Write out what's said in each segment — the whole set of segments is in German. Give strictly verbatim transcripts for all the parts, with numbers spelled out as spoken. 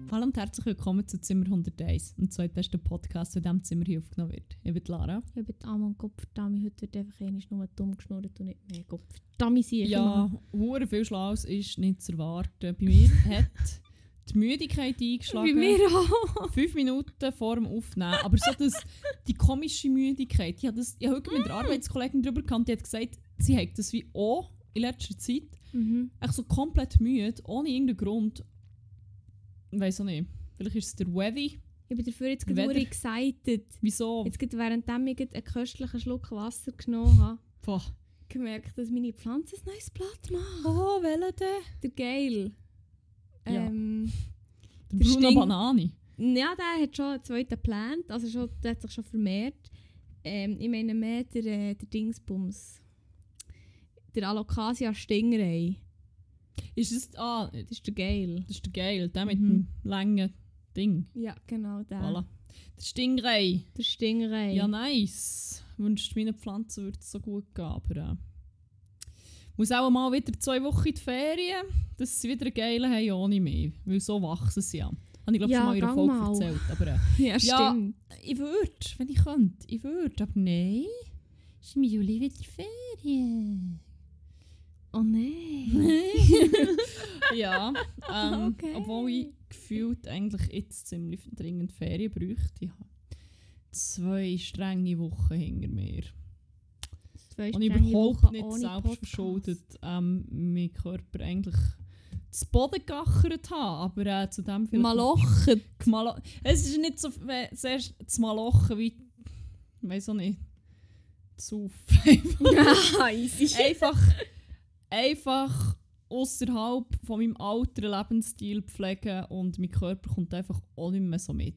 Hallo und herzlich willkommen zu Zimmer hunderteins, dem zweitbesten Podcast, der in diesem Zimmer hier aufgenommen wird. Ich bin Lara. Ich bin Amon Kopfdami. Heute wird einfach einmal nur dumm geschnurrt und nicht mehr Kopfdami sein. Ja, hure viel Schlaues ist nicht zu erwarten. Bei mir hat die Müdigkeit eingeschlagen. Bei mir auch. Fünf Minuten vor dem Aufnehmen. Aber so das, die komische Müdigkeit. Ich habe, das, ich habe heute mit der Arbeitskollegin darüber gekannt, die hat gesagt, sie hat das wie auch in letzter Zeit. Mhm. Echt so komplett müde, ohne irgendeinen Grund. Ich weiss auch nicht. Vielleicht ist es der Weather. Ich bin dafür jetzt gerade Wetter. nur excited. Wieso? Jetzt gerade währenddem ich gerade einen köstlichen Schluck Wasser genommen habe, Boah. gemerkt, dass meine Pflanze ein neues Blatt macht. Oh, welcher denn? Der Geil. Ja. Ähm, Der Der Bruno Sting- Banani. ja, der hat schon einen zweiten geplant. Also schon, der hat sich schon vermehrt. Ähm, ich meine mehr der, äh, der Dingsbums. Der Alocasia Stingray. Ist es... Ah, Das ist der Geil. das ist der Geil, der mit Mhm. dem langen Ding. Ja, genau der. Voilà. Der Stingray. Der Stingray. Ja, nice. Wünscht meinen Pflanzen würde es so gut gehen, aber... Äh, muss auch mal wieder zwei Wochen in die Ferien, dass sie wieder einen Geilen haben ohne mich. Weil so wachsen sie ja. Habe ich glaube Ja, schon mal in einer gang Folge mal. erzählt. Aber äh, Ja, Ja. stimmt. ich würde, wenn ich könnte. Ich würde, aber nein. Ist im Juli wieder Ferien. Oh nein. Ja, ähm, Okay. obwohl ich gefühlt eigentlich jetzt ziemlich dringend Ferien bräuchte. Ich habe zwei strenge Wochen hinter mir. Zwei Und ich strenge überhaupt Wochen nicht ohne selbst Podcast. verschuldet ähm, meinen Körper eigentlich zu Boden geachert habe. Aber äh, zu dem vielleicht... Malochen. Malo es ist nicht so äh, zuerst zu malochen wie... Ich weiss auch nicht. Zu Nice. einfach... einfach außerhalb von meinem alten Lebensstil pflegen und mein Körper kommt einfach auch nicht mehr so mit.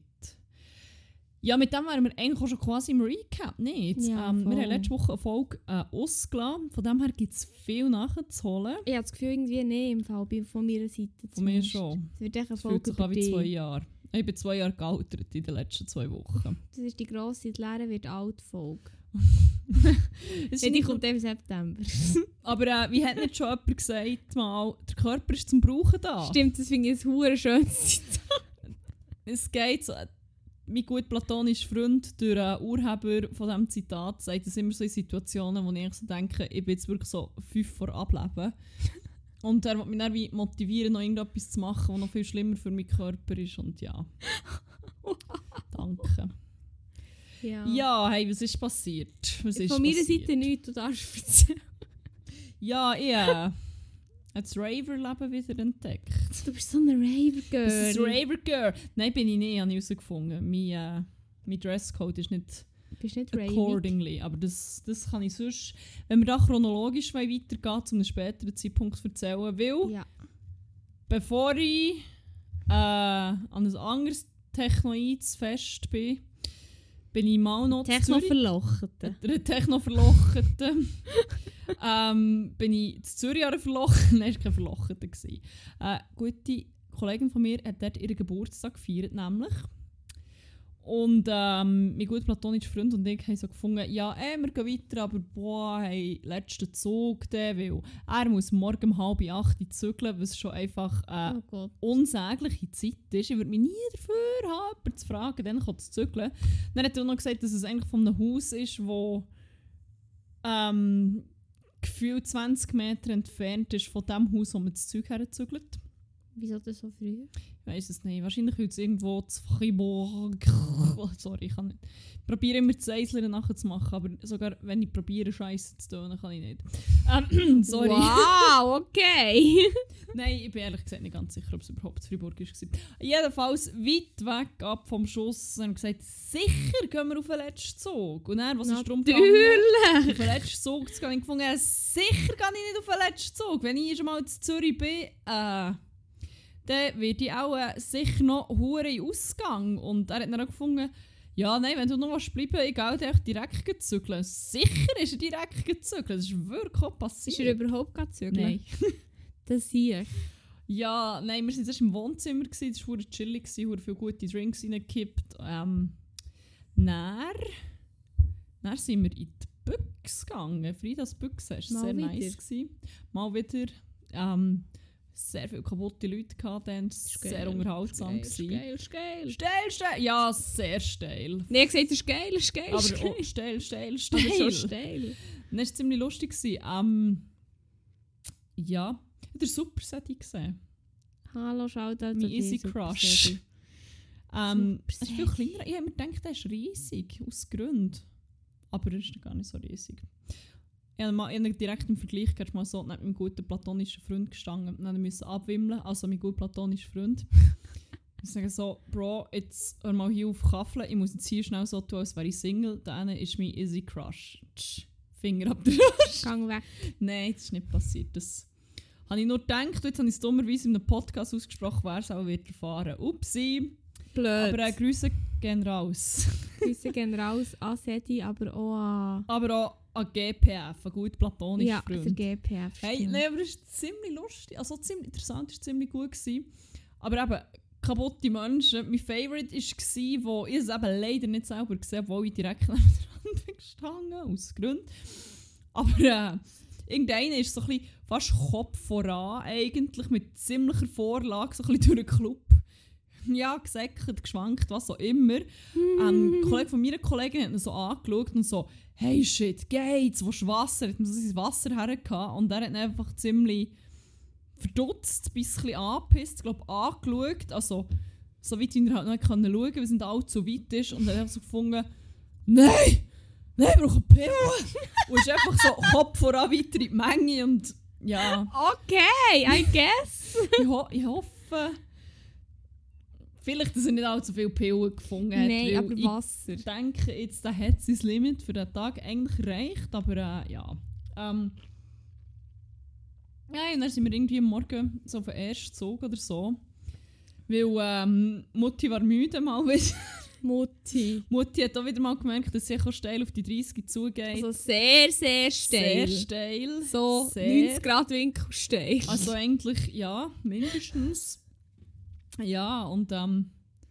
Ja, mit dem wären wir eigentlich auch schon quasi im Recap, nicht? Ja, ähm, wir voll. haben letzte Woche eine Folge äh, ausgelassen, von dem her gibt es viel nachzuholen. Ich habe das Gefühl, irgendwie nicht im Fall bei- von meiner Seite. Von mir zumindest. schon. Es wird echt eine Es fühlt Folge sich an über wie zwei dich. Jahre. Ich bin zwei Jahre gealtert in den letzten zwei Wochen. Das ist die grosse, die Lehre wird alt Folge. Es ist Die nicht- kommt im September. Aber äh, wie hat nicht schon jemand gesagt, mal, der Körper ist zum Brauchen da? Stimmt, das finde ich ein hure schönes Zitat. Es geht so, mein gut platonischer Freund, der äh, Urheber von diesem Zitat, sagt es immer so in Situationen, wo ich so denke, ich bin jetzt wirklich so fünf vor Ableben. Und er will mich dann wie motivieren, noch irgendetwas zu machen, was noch viel schlimmer für meinen Körper ist. Und ja, danke. Ja. Ja, hey, was ist passiert? Was ist Von meiner passiert? Seite nichts, du darfst erzählen. Ja, ich äh, das Raver-Leben wieder entdeckt. Du bist so eine Raver-Girl. Das ist ein Raver-Girl. Nein, bin ich nicht, habe ich herausgefunden. Mein, äh, mein Dresscode ist nicht Du bist nicht Raver. accordingly. Aber das, das kann ich sonst, wenn wir da chronologisch weitergehen, zu einem späteren Zeitpunkt erzählen. Weil, Ja. bevor ich äh, an ein anderes Technoids-Fest bin, bin ich mal noch in Zürich. Techno-Verlochete. Der Techno-Verlochete. ähm, bin ich in Zürich an der Verlochete. Nein, es war kein Verlochete. Äh, eine gute Kollegin von mir hat dort ihren Geburtstag gefeiert, nämlich. Und ähm, mein guter platonischer Freund und ich haben so gefunden, ja, ey, wir gehen weiter, aber boah, hey, letzten Zug, den, weil er muss morgen um halb acht zügeln, was schon einfach äh, Oh Gott. unsägliche Zeit ist. Ich würde mich nie dafür haben, jemanden zu fragen, dann kann zu zügeln. Dann hat er auch noch gesagt, dass es eigentlich von einem Haus ist, wo ähm, gefühlt zwanzig Meter entfernt ist von dem Haus, wo man das Zeug herzügelt. Wieso das so früh? Ich weiss es nicht. Wahrscheinlich heute irgendwo zu Fribourg. Sorry, ich kann nicht. Ich probiere immer das Eislern nachzumachen, aber sogar wenn ich probiere, Scheiße zu tun, kann ich nicht. Ähm, sorry. Wow, okay. Nein, ich bin ehrlich gesagt nicht ganz sicher, ob es überhaupt zu Fribourg war. Jedenfalls weit weg ab vom Schuss haben wir gesagt, sicher gehen wir auf den letzten Zug. Und dann, was ist darum gegangen, Natürlich. auf den letzten Zug zu gehen, habe ich gefunden, ja, sicher gehe ich nicht auf den letzten Zug. Wenn ich schon mal in Zürich bin, äh, dann werde ich auch äh, sicher noch hure in Ausgang. Und er hat dann auch gefunden, ja, nein, wenn du noch was bleiben, ich gehe dann direkt gezügeln. Sicher ist er direkt gezügelt. Das ist wirklich auch passiert. Ist er überhaupt gerade zügeln? Nein. Das sehe ich. Ja, nein, wir waren erst im Wohnzimmer, gewesen, das war verdammt chillig, verdammt viele gute Drinks reingekippt. Ähm, dann, dann sind wir in die Büchse gegangen. Fridas Büchse, das war Mal sehr wieder. nice. Gewesen. Mal wieder. Ähm, sehr viele kaputte Leute gehabt, dann es war sehr Geil, unterhaltsam. Ist geil, ist geil. Steil, steil, ja, sehr steil. Nee, gesagt, es ist geil, es ist geil, Aber es ist geil. auch steil, steil, Aber steil. schon steil. Dann war es ziemlich lustig. gewesen. Ähm, ja, der Super-Seti gesehen. Hallo, schaut halt Mein Easy Crush. Ähm, es ist viel kleiner. Ich habe mir gedacht, der ist riesig, aus Gründen. Aber er ist gar nicht so riesig. Ich habe mal ich habe direkt im Vergleich gerade mal so neben meinem guten platonischen Freund gestanden und dann musste abwimmeln, also mein guter platonischer Freund. Ich sage so, Bro, jetzt hör mal hier auf Kaffeln, ich muss jetzt hier schnell so tun, als wäre ich Single. Dann ist mein Easy Crush. Tsch, Finger ab der Arsch. Gang weg. Nein, das ist nicht passiert. Das habe ich nur gedacht, jetzt habe ich es dummerweise in einem Podcast ausgesprochen, wer es auch wird erfahren. Upsi. Blöd. Aber äh, Grüße gehen raus. Grüße gehen raus an Sedi, aber auch an... Aber auch an G P F, ein gut platonischer Ja, Freund. der G P F. Hey, stimmt. nein, aber es war ziemlich lustig, also ziemlich interessant, es war ziemlich gut gewesen. Aber eben, kaputte Menschen. Mein Favourite war, wo ich es eben leider nicht selber gesehen habe, wo ich direkt neben der Wand bin gestanden, aus Gründen. Aber äh, irgendeiner ist so ein bisschen fast Kopf voran, eigentlich mit ziemlicher Vorlage, so ein bisschen durch den Club. Ja, gesäckert, geschwankt, was auch immer. Ähm, ein Kollege von meiner Kollegin hat ihn so angeschaut und so, hey shit, geht's, wo ist Wasser? Hat ihm so sein Wasser hergehabt und er hat ihn einfach ziemlich verdutzt, ein bisschen angepisst, glaube angeschaut, also so weit wie er halt nicht schauen konnte, weil es nicht allzu weit ist und er hat so gefunden, nein, nein, ich brauche eine Pille. Und ist einfach so Kopf voran weiter in die Menge und ja. Okay, I guess. ich, ho ich hoffe, vielleicht, dass er nicht allzu viele Pillen gefunden hat. Nein, weil aber ich Wasser. denke, jetzt der hat sein Limit für den Tag eigentlich erreicht, aber äh, ja. Ähm, ja, und dann sind wir irgendwie am Morgen so auf den ersten Zug oder so. Weil ähm, Mutti war müde mal wieder. Mutti. Mutti hat auch wieder mal gemerkt, dass sie auch steil auf die dreißig zugeht. Also sehr, sehr steil. Sehr steil. So sehr. neunzig Grad Winkel steil. Also eigentlich, ja, mindestens. Ja, und ähm,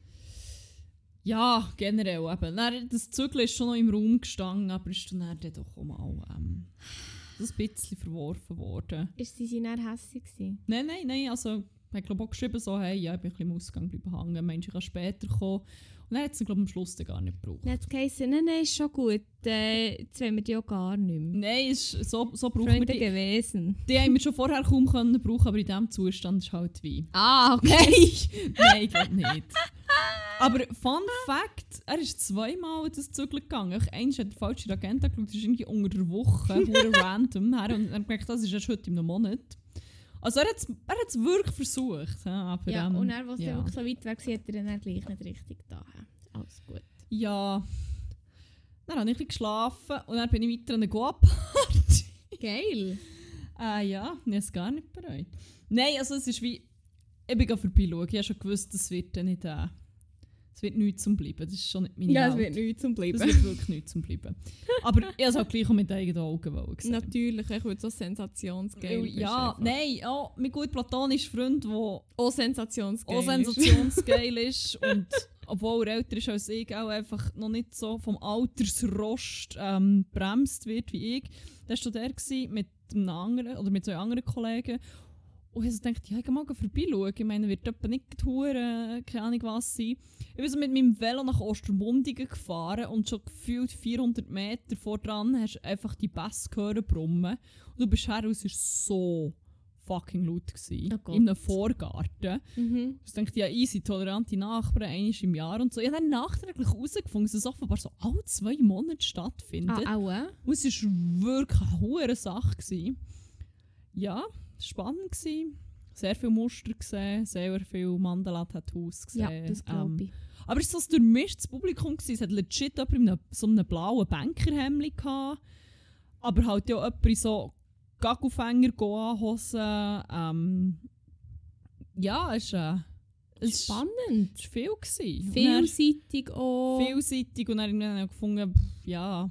ja, generell eben. Dann, das Zügel ist schon noch im Raum gestanden, aber ist dann, dann doch auch mal ähm, ein bisschen verworfen worden. Ist sie dann hässlich gewesen? Nein, nein, nein, also ich habe glaube auch geschrieben, so, hey, ja, ich bin ein bisschen im Ausgang bleiben hängen, Mensch, ich kann später kommen. Und dann hat sie glaube am Schluss dann gar nicht gebraucht. Dann hat es geheißen, nein, nein, ist schon gut, äh, jetzt wollen wir die auch gar nicht mehr. Nein, ist, so, so brauchen Freunde wir die. gewesen. Die haben wir schon vorher kaum können brauchen, aber in diesem Zustand ist halt Wein. Ah, okay. Nein, ich glaube nicht. Aber Fun Fact, er ist zweimal das Zügel gegangen. Einmal hat er falsche Agenda geschaut, das ist irgendwie unter der Woche, hure random her, und er hat gemerkt, das ist erst heute in einem Monat. Also er hat es er wirklich versucht. Ja, aber, Ja, ähm, und er, was ja. dann wirklich so weit weg war, hat er dann gleich nicht richtig da. Alles gut. Ja. Dann habe ich ein bisschen geschlafen und dann bin ich weiter an der Goa-Party. Geil. äh, ja, ich habe es gar nicht bereut. Nein, also es ist wie... Ich bin vorbeischauen. Ich habe schon gewusst, das wird dann nicht... Äh, es wird nichts zum Bleiben. Das ist schon nicht meine Ja, es Welt. wird nichts zum Bleiben. Das wird wirklich nichts zum Bleiben. Aber ich habe es auch gleich auch mit eigenen Augen wollen sehen. Natürlich, ich würde so sensationsgeil Weil, ja, nein, ja, mein gut platonischer Freund, der auch sensationsgeil auch sensationsgeil ist und obwohl er älter ist als ich, auch einfach noch nicht so vom Altersrost ähm, bremst wird wie ich. Da war der gewesen, mit einem anderen oder mit zwei anderen Kollegen. Und ich dachte, ja, ich kann mal vorbeischauen. Ich meine, wird etwa nicht Touren, keine Ahnung was sein. Ich bin so mit meinem Velo nach Ostermundigen gefahren und schon gefühlt vierhundert Meter vor dran hast du einfach die Bässe hören brummen. Und du bist her, es war so fucking laut gewesen, Oh Gott. in einem Vorgarten. Mhm. Ich dachte, ja, easy, tolerante Nachbarn, einmal im Jahr und so. Ich habe dann nachträglich herausgefunden, dass es offenbar so alle zwei Monate stattfindet. Ah, auch, äh? Und es war wirklich eine hohe Sache gewesen. Ja, spannend gewesen. Sehr viele Muster gesehen, sehr viele Mandala-Tattoos gesehen. Ja, das glaube ich. Ähm, aber es war so ein durchmischtes Publikum gewesen. Es hat legit jemand in einem, so einem blauen Bankerhemd gehabt. Aber halt auch jemand in so Gaggelfänger, Goa-Hosen. Ähm, ja, es war äh, es Spannend. es war viel gewesen. Und dann- Vielseitig auch. vielseitig und dann irgendwann habe ich gefunden, pff, ja.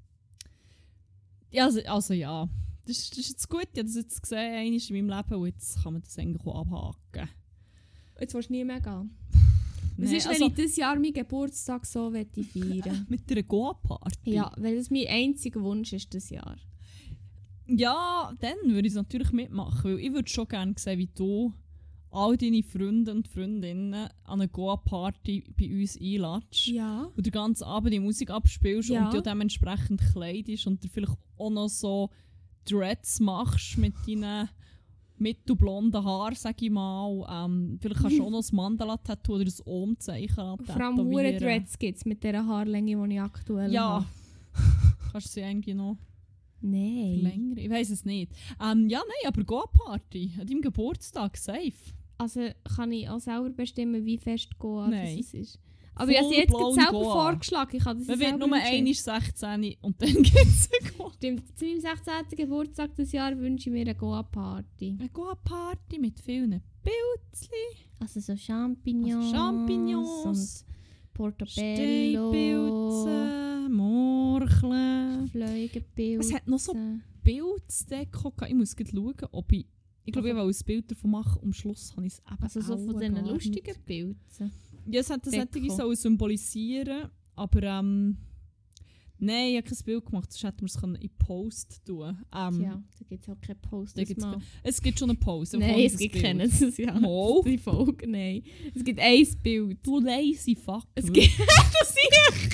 Ja, also, also ja. Das, ist- das ist jetzt gut, ich habe das jetzt gesehen, einmal in meinem Leben und jetzt kann man das eigentlich auch abhaken. Jetzt willst du nie mehr gehen. Was Nein, ist, wenn also- ich dieses Jahr meinen Geburtstag so möchte feiern? Mit einer Goa-Party? Ja, weil das mein einziger Wunsch ist dieses Jahr. Ja, dann würde ich es natürlich mitmachen, weil ich würde schon gerne sehen, wie du all deine Freunde und Freundinnen an eine Goa-Party bei uns einlädst. Ja. Und den ganzen Abend die Musik abspielst Ja. und du dementsprechend kleidest und dir vielleicht auch noch so Dreads machst mit deinen mittelblonden Haaren, sag ich mal. Ähm, vielleicht kannst du auch noch ein Mandala-Tattoo oder ein Ohm-Zeichen Vor allem hure tätowieren. Dreads gibt es mit dieser Haarlänge, die ich aktuell Ja. habe. Kannst du sie irgendwie noch Nein. verlängern? Ich weiss es nicht. Ähm, ja, nein, aber Goa-Party an deinem Geburtstag, safe. Also kann ich auch selber bestimmen, wie fest Goa Nein. das es ist. Aber ich habe sie jetzt Full-blown gerade selber Goa. vorgeschlagen. Ich kann das Man wird selber nur entscheiden. einmal sechzehn und dann gibt es eine Goa. Stimmt, zu meinem sechzehnten Geburtstag dieses Jahr wünsche ich mir eine Goa-Party. Eine Goa-Party mit vielen Pilzchen, Also so Champignons, also Champignons, und Portobello, Steinpilze, Morcheln. Fleugenpilze. Es hat noch so Pilzdeko gehabt. Ich muss gleich schauen, ob ich... Ich glaube, ich will ein Bild davon machen. Am Schluss habe ich es eben Also so auch von diesen gar lustigen nicht. Pilzen. Ja, es hat das Deko. solche so symbolisieren, aber ähm... Nein, ich habe kein Bild gemacht, sonst hätten wir es können in Post tun. Ähm, Ja, da gibt es auch keinen Post. da gibt's mal. ke- Es gibt schon einen Post. aber Nein, nicht es ein gibt Bild. keinen. Das ist ja Mo? die Folge. Nein. Es gibt ein Bild. Du lazy fuck. Es gibt das ich.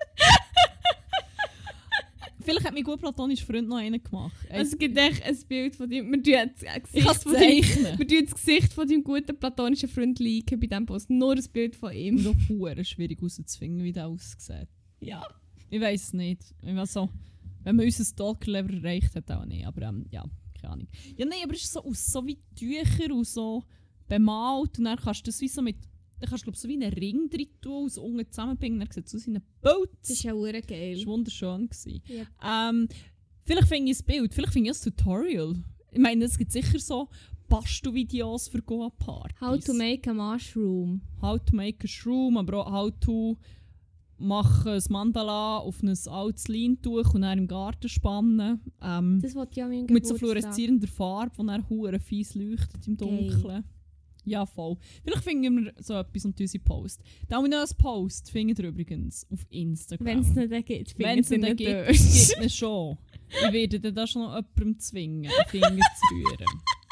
Vielleicht hat mein gut platonischer Freund noch einen gemacht. Es gibt echt ein Bild von dem. Wir tun das Ich kann Gesicht es von deinem, zeichnen. wir tun das Gesicht von deinem guten platonischen Freund liken bei diesem Post. Nur ein Bild von ihm. Ist doch verdammt schwierig herauszufinden, wie der aussieht. Ja. Ich weiß es nicht. Ich weiß so, wenn man unser Stalker-Level erreicht hat, auch nicht. Aber ähm, ja, keine Ahnung. Ja, nein, aber es ist so aus so wie Tücher und so bemalt. Und dann kannst du das wie so mit. Dann kannst du glaub, so wie einen Ring drin tun, aus unten zusammenbinden. Dann sieht es aus wie ein Boot. Das ist ja hure geil. Das war wunderschön. gewesen. Ja. Ähm, vielleicht finde ich ein Bild, vielleicht finde ich ein Tutorial. Ich meine, es gibt sicher so Bastelvideos für Goa-Partys. How to make a mushroom. How to make a shroom, aber auch how to machen ein Mandala auf ein altes Leintuch und dann im Garten spannen. Ähm, Das wollte ich an meinem mit so Geburtstag. fluoreszierender Farbe, die dann hure fies leuchtet im Dunkeln. Ja, voll. Vielleicht finden wir so etwas und unsere Post. Da wir noch ein Post findet ihr übrigens auf Instagram. Wenn es nicht gibt, Wenn es findet nicht ihr gibt, nicht es dort. gibt es schon. Ich werde dann da schon noch jemandem zwingen, den Finger zu rühren.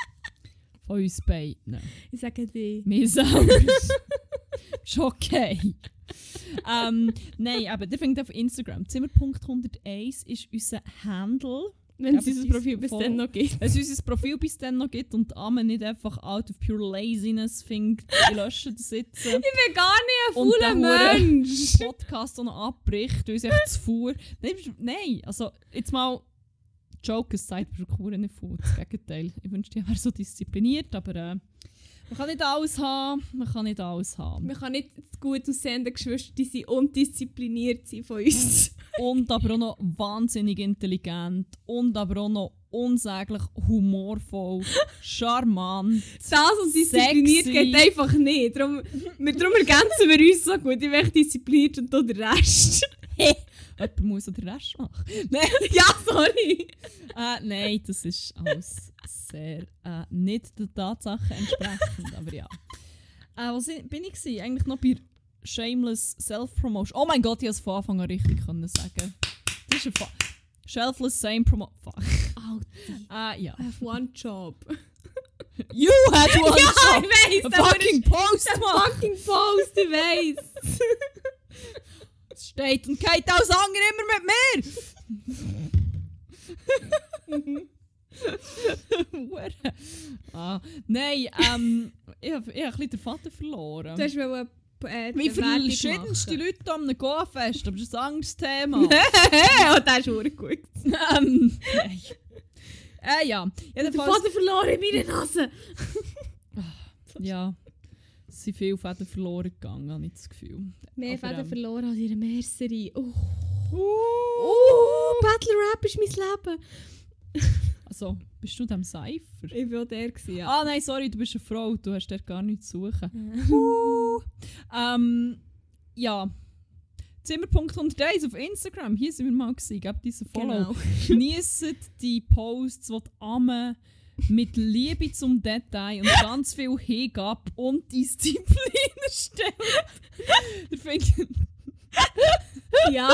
Von uns beiden. Ich sage dir. Mir selber. Ist okay. ähm, nein, aber der findet auf Instagram. Zimmerpunkt hunderteins ist unser Handle. Wenn es Aber unser es Profil ist bis voll- dann noch gibt. Wenn es unser Profil bis dann noch gibt und Amme nicht einfach out of pure laziness findet, ich lösche das jetzt. Ich bin gar nicht ein Und fauler der hure Mensch. Podcast auch noch abbricht, weil es echt zu faul. Nein, nein, also jetzt mal Joke aside, ich bin nicht faul, das Gegenteil. Ich wünschte, ich wäre so diszipliniert, aber äh, man kann nicht alles haben, man kann nicht alles haben. Man kann nicht gut aussehende Geschwister sein und diszipliniert sein von uns. Und aber auch noch wahnsinnig intelligent und aber auch noch unsäglich humorvoll, charmant. Das und diszipliniert Sexy. geht einfach nicht. Darum, wir, darum ergänzen wir uns so gut. Ich bin diszipliniert und du den Rest. Jemand muss auch den Rest machen. Ja, sorry. Äh, nein, das ist alles sehr äh, nicht der Tatsache entsprechend, aber ja. Äh, was i- bin ich gewesen? Eigentlich noch bei Shameless Self-Promotion. Oh mein Gott, ich konnte es von Anfang an richtig können sagen. Das ist ein Fa Shelfless Same Promo... Fuck. Alter. Äh, ja. I have one job. You had one Ja, job! ich weiss. A aber fucking Post ein machen! fucking Post, ich weiss. Es steht und geht alles andere immer mit mir! Hure. ah, nein, ähm, ich habe ich hab ein bisschen den Faden verloren. Du hast wohl äh, Wie die Werbung verschiedenste machen. Leute am Goa-Fest, aber das ist ein anderes Thema. Oh, der ist verdammt gut. ähm, nein. Äh, ja. Ich habe den Jedenfalls, Faden verloren in meiner Nase. ja. Es sind viele Fäden verloren gegangen, habe ich das Gefühl. Mehr Aber, Fäden ähm, verloren als ihre Mercerie. Oh. Uh. Oh, Battle Rap ist mein Leben. Also, bist du dem Cypher? Ich war der, gewesen, ja. Ah nein, sorry, du bist eine Frau, du hast dort gar nichts zu suchen. Uh. ähm, ja. Zimmerpunkt hunderteins auf Instagram, hier sind wir mal gewesen, gebt diesen Follow. Genau. Geniessen die Posts, die die Amme mit Liebe zum Detail und ganz viel Hingabe und Disziplin stellt. Ich finde, Ja.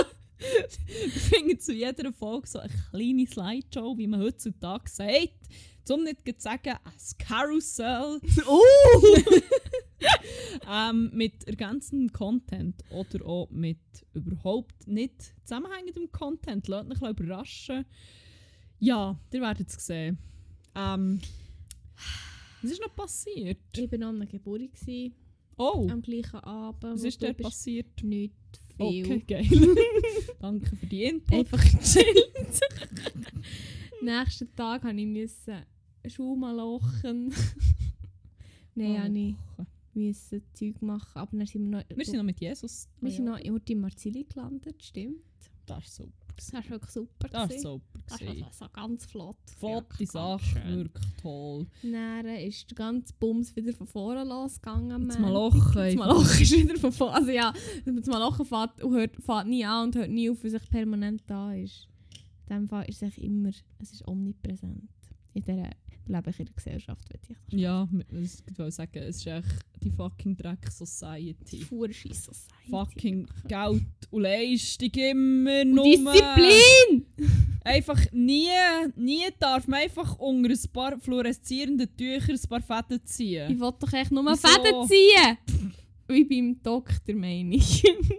Ich finde zu jeder Folge so eine kleine Slideshow, wie man heutzutage sagt. Um nicht zu sagen, ein Karussell. Oh! ähm, mit ergänzendem Content oder auch mit überhaupt nicht zusammenhängendem Content. Lasst euch ein bisschen überraschen. Ja, ihr werdet es sehen. Ähm, was ist noch passiert? Ich war noch an einer Geburt. Gewesen, Oh, am gleichen Abend. was wo ist du dort bist. passiert? Nicht viel. Okay, geil. Danke für die Input. Einfach gechillt. Nächsten Tag musste ich Schuhe malochen. Nein, Oh, ich musste Zeug machen. Aber dann sind wir noch... wir sind noch mit Jesus. wir Oh, sind ja. noch in Urti Marzili gelandet, stimmt. Das ist super. Das war wirklich super. Das gewesen. ist super. Das gewesen. war so ganz flott. Flotte Wirklich ganz Sache, schön. wirklich toll. Dann ist der ganze Bums wieder von vorne losgegangen. am Das Montag. Malochen Das einfach. Malochen ist wieder von vorne. Also ja, das Malochen fährt, und hört, fährt nie an und hört nie auf, weil es permanent da ist. In dem Fall ist es echt immer, es ist omnipräsent. In dieser leblichen Gesellschaft, würde ich das Ja, ich wollte sagen, es ist echt die fucking Dreck-Society. Fuhrscheiss Society. Fucking Geld und Leistung immer Und nur. Disziplin! Einfach nie, nie darf man einfach unter ein paar fluoreszierende Tücher ein paar Fäden Ich ziehen. will doch echt nur Wieso? Fäden ziehen! Wie beim Doktor, meine ich.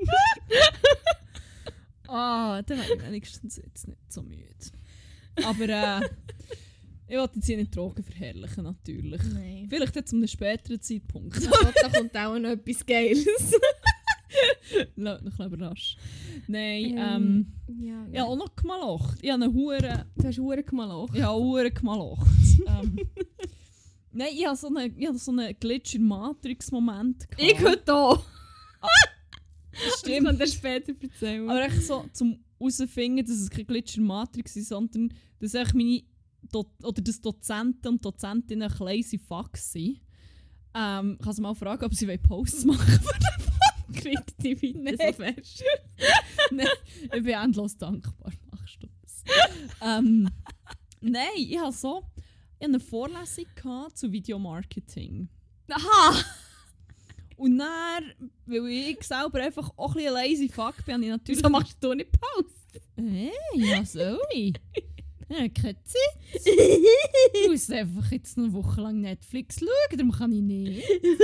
Ah, dann wäre ich wenigstens jetzt nicht so müde. Aber äh, ich wollte jetzt hier nicht Drogen verherrlichen, natürlich. Nein. Vielleicht jetzt zu einem späteren Zeitpunkt. Da kommt auch noch etwas Geiles. Lass mich überraschen. Nein, Ähm, ähm, ja, ich habe auch noch gemalocht. Ich habe einen Huren, Du hast Uhren gemalocht. ich habe Huren gemalocht. ähm, Nein, ich habe so einen, ich habe so einen Glitch-in-Matrix-Moment gehabt. Ich heute auch. Das Stimmt. kann dir später erzählen. Aber echt so, zum herauszufinden, dass es kein Glitch-in-Matrix ist, sondern dass echt meine Do- oder dass Dozenten und Dozentinnen ein lazy fuck sind. Ähm, ich kann sie mal fragen, ob sie Posts machen wollen. Kriegt die Weite Nein. so fest. Nein, ich bin endlos dankbar. Machst du das? ähm, Nein, ich hatte so ich hatte eine Vorlesung gehabt zu Videomarketing. Aha! Und dann, weil ich selber einfach auch ein bisschen lazy fuck bin, habe ich natürlich... Wieso machst du nicht Pause? Hey, ja, soll ich? Ja, keine Zeit. Ich muss einfach jetzt noch eine Woche lang Netflix schauen, darum kann ich nicht.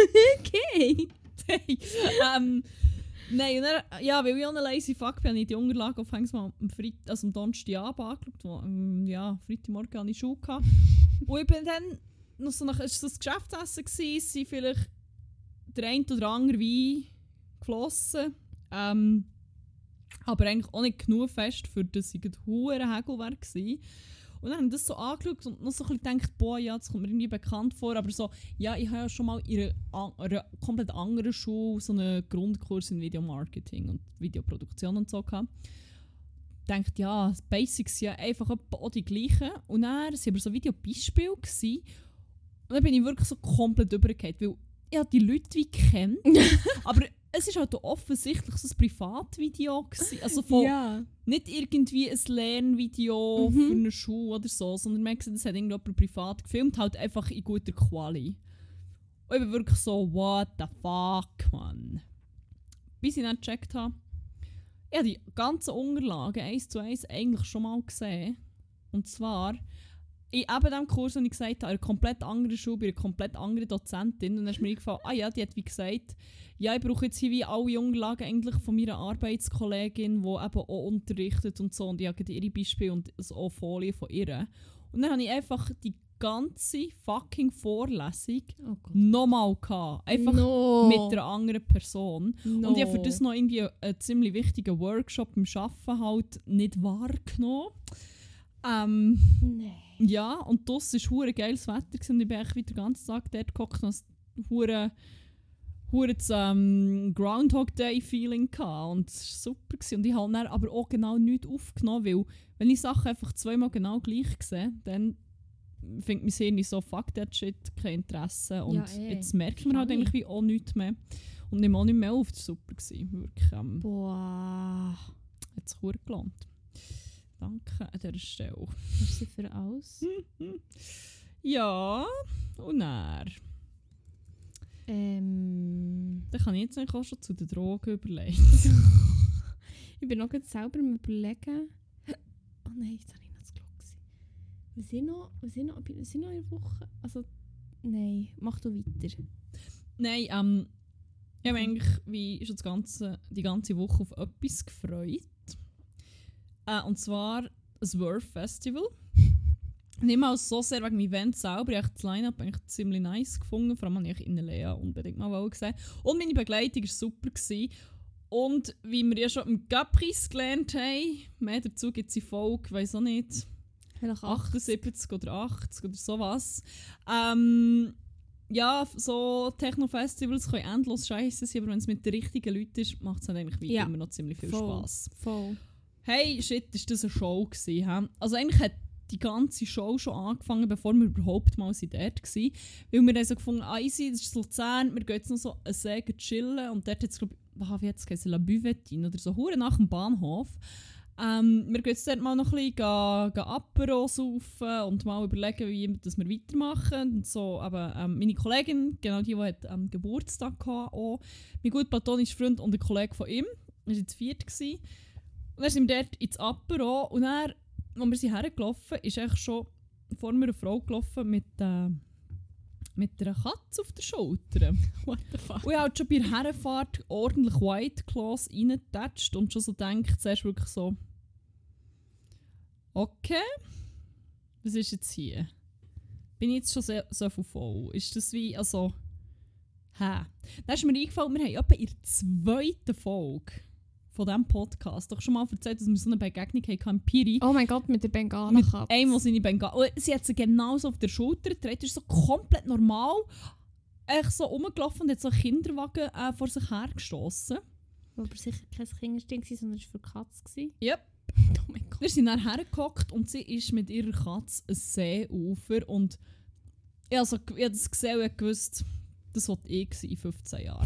Okay. Hey, ähm, nein, und dann, ja, weil ich auch ein lazy fuck bin, habe ich die Unterlagen auf mal am, Freit- also am Donnerstagabend angeschaut. Wo, ähm, ja, Freitagmorgen hatte ich Schule gehabt. Und ich bin dann noch so nach, es war so ein Geschäftsessen gewesen, es sind vielleicht der eine oder andere Wein geflossen. Ähm, aber eigentlich auch nicht genug fest, für das ich ein hoher Hägelwerk war. Und dann habe ich das so angeschaut und noch so ein bisschen gedacht, boah, ja, das kommt mir irgendwie bekannt vor. Aber so, ja, ich habe ja schon mal in einer, einer komplett anderen Schule so einen Grundkurs in Videomarketing und Videoproduktion und so gehabt. Ich dachte, ja, die Basics sind ja einfach auch die gleichen. Und dann waren aber so Videobeispiele gewesen. Und dann bin ich wirklich so komplett übergekehrt, weil ich habe die Leute wie kennt. Aber es war halt auch offensichtlich so ein Privatvideo gewesen. Also von Ja. nicht irgendwie ein Lernvideo Mhm. für eine Schule oder so, sondern man hat gesehen, das hat irgendjemand privat gefilmt, halt einfach in guter Quali. Und ich bin wirklich so, what the fuck, man. Bis ich dann gecheckt habe, ich habe die ganzen Unterlagen eins zu eins eigentlich schon mal gesehen. Und zwar in eben dem Kurs, den ich gesagt habe, einer komplett anderen Schule, bei einer komplett anderen Dozentin. Und dann ist mir eingefallen, ah ja, die hat wie gesagt, ja, ich brauche jetzt hier wie alle Unterlagen eigentlich von meiner Arbeitskollegin, die eben auch unterrichtet und so. Und ich habe ihre Beispiele und also auch Folien von ihr. Und dann habe ich einfach die ganze fucking Vorlesung Oh Gott. nochmal gehabt. Einfach no. mit einer anderen Person. No. Und ich habe für das noch irgendwie einen ziemlich wichtigen Workshop im Arbeiten halt nicht wahrgenommen. Ähm, Nein. ja, und das war hure geiles Wetter gewesen, und ich bin echt wieder den ganzen Tag dort gehockt und hatte hure hure das ähm, Groundhog Day Feeling gehabt, und es war super gewesen. Und ich habe dann aber auch genau nichts aufgenommen, weil wenn ich Sachen einfach zweimal genau gleich sehe, dann findet mein Hirn so, fuck that shit, kein Interesse, und Ja, eh. jetzt merkt man halt Verstehe ich. eigentlich wie auch nichts mehr und nehme auch nicht mehr auf, das war super gewesen, wirklich, ähm, Boah. hat sich hure gelohnt. Danke an dieser Stelle. Merci für alles. Ja, und dann. Ähm. Dann kann ich jetzt eigentlich auch schon zu den Drogen überlegen. Ich bin noch gerade selber am überlegen. Oh nein, jetzt habe ich noch das Glück gewesen. Wir sind noch, wir sind noch, wir sind noch in der Woche. Also, nein, mach du weiter. Nein, ähm, ich habe mich eigentlich wie schon das ganze, die ganze Woche auf etwas gefreut. Äh, und zwar das Worth Festival. Nicht mal so sehr wegen dem Event selber. Ich habe das Line-Up eigentlich ziemlich nice gefunden. Vor allem habe ich in Lea unbedingt mal gesehen. Und meine Begleitung war super gewesen. Und wie wir ja schon im Gap-Preis gelernt haben, mehr dazu gibt es in Folge, ich weiss auch nicht, Vielleicht achtundsiebzig oder achtzig oder sowas. Ähm, ja, so Techno-Festivals können endlos scheiße sein, aber wenn es mit den richtigen Leuten ist, macht es halt eigentlich weiter Ja. immer noch ziemlich viel Voll. Spass. Voll. Hey, shit, ist das eine Show gewesen, hä? Also eigentlich hat die ganze Show schon angefangen, bevor wir überhaupt mal dort waren. Weil wir haben so gefunden, ah, easy, das ist Luzern, wir gehen jetzt noch so einen See chillen. Und dort hat es, glaube ich, wie hat es geheißen, La Buvetine oder so, hure nach dem Bahnhof. Ähm, wir gehen jetzt dort mal noch ein bisschen gehen, gehen Apero saufen und mal überlegen, wie dass wir weitermachen. Und so, aber ähm, meine Kollegin, genau die, die hat ähm, Geburtstag hatte, auch, mein gut platonischer Freund und ein Kollege von ihm, wir waren zu viert. Gewesen. Und dann sind wir dort ins Apero und dann, als wir sind hergelaufen, ist eigentlich schon vor mir eine Frau gelaufen mit, äh, mit einer Katze auf der Schulter. What the fuck? Und ich habe halt schon bei der Herrenfahrt ordentlich White Claws reingetatscht und schon so gedacht, zuerst wirklich so, okay, was ist jetzt hier? Bin ich jetzt schon so, so viel voll? Ist das wie, also, hä? Dann ist mir eingefallen, wir haben etwa in der zweiten Folge von diesem Podcast doch schon mal erzählt, dass wir so eine Begegnung hatten im Piri. Oh mein Gott, mit der Mit Bengala-Katze. einem, der seine Bengala... Und sie hat sie genauso auf der Schulter getragen. Das ist so komplett normal. Echt so rumgelaufen und hat so einen Kinderwagen äh, vor sich hergestossen. Aber sicher kein Kinderstück, sondern es war für die Katze. Yep. Oh mein Gott. Wir sind dann hergehockt und sie ist mit ihrer Katze ein Seeufer. Und ich habe, so, ich habe das gesehen und gewusst, das wollte ich in fünfzehn Jahren.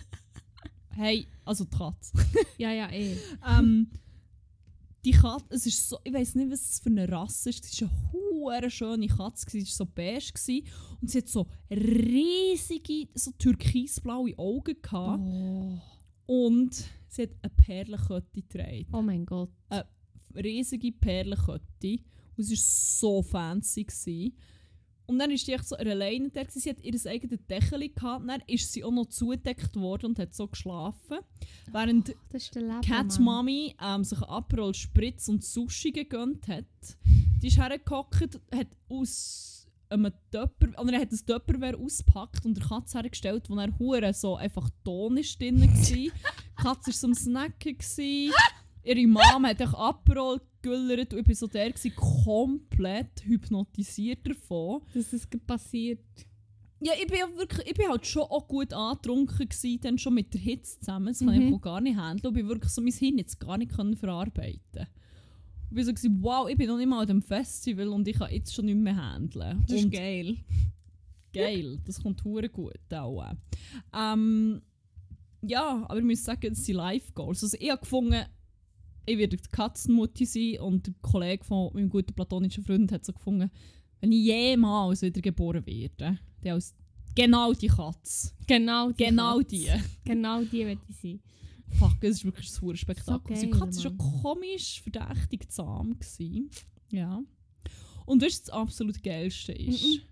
Hey, also die Katze. Ja, ja, eh. ähm, die Katze, es ist so, ich weiss nicht, was es für eine Rasse ist. Es war eine hure schöne Katze, sie war so beige gewesen, und sie hat so riesige, so türkisblaue Augen gehabt. Oh. Und sie hat eine Perlenkette getragen. Oh mein Gott. Eine riesige Perlenkette. Und sie war so fancy gewesen. Und dann ist sie echt so alleine da. Sie hat ihr eigenes Deckel gehabt. Dann ist sie auch noch zugedeckt worden und hat so geschlafen. Während Oh, das ist der Leben, Cat Mann. Mami ähm, sich Aperol Spritz und Sushi gegönnt hat. Die ist hergehockt, hat aus einem Töpper, oder er hat ein Töpperware ausgepackt und der Katze hergestellt, wo er hure so einfach Ton ist drin war. Die Katze war so am Snacken gsi. Ihre Mama hat auch Aperol gegüllert und ich war so der gsi, komplett hypnotisiert davon. Dass es passiert. Ja, ich bin, ja wirklich, ich bin halt schon auch gut angetrunken gsi, dann schon mit der Hitze zusammen. Das kann Mhm. ich auch gar nicht handeln. Ich bin wirklich so mein Hirn jetzt gar nicht können verarbeiten. Ich bin so gsi, wow, ich bin noch nicht mal an dem Festival und ich kann jetzt schon nicht mehr handeln. Das ist Und geil. geil, das kommt hure gut auch. Ähm, ja, aber ich muss sagen, das sind Life-Goals. Also ich habe gefunden, ich werde die Katzenmutti sein und der Kollege von meinem guten platonischen Freund hat so gefunden, wenn ich jemals wieder geboren werde, dann als genau die Katze. Genau die. Genau Katze. die. Genau die will ich sein. Fuck, es ist wirklich ein super Spektakel. So die geil, Katze war Mann. schon komisch, verdächtig zahm gewesen. Ja. Und was das absolut Geilste ist, Mhm.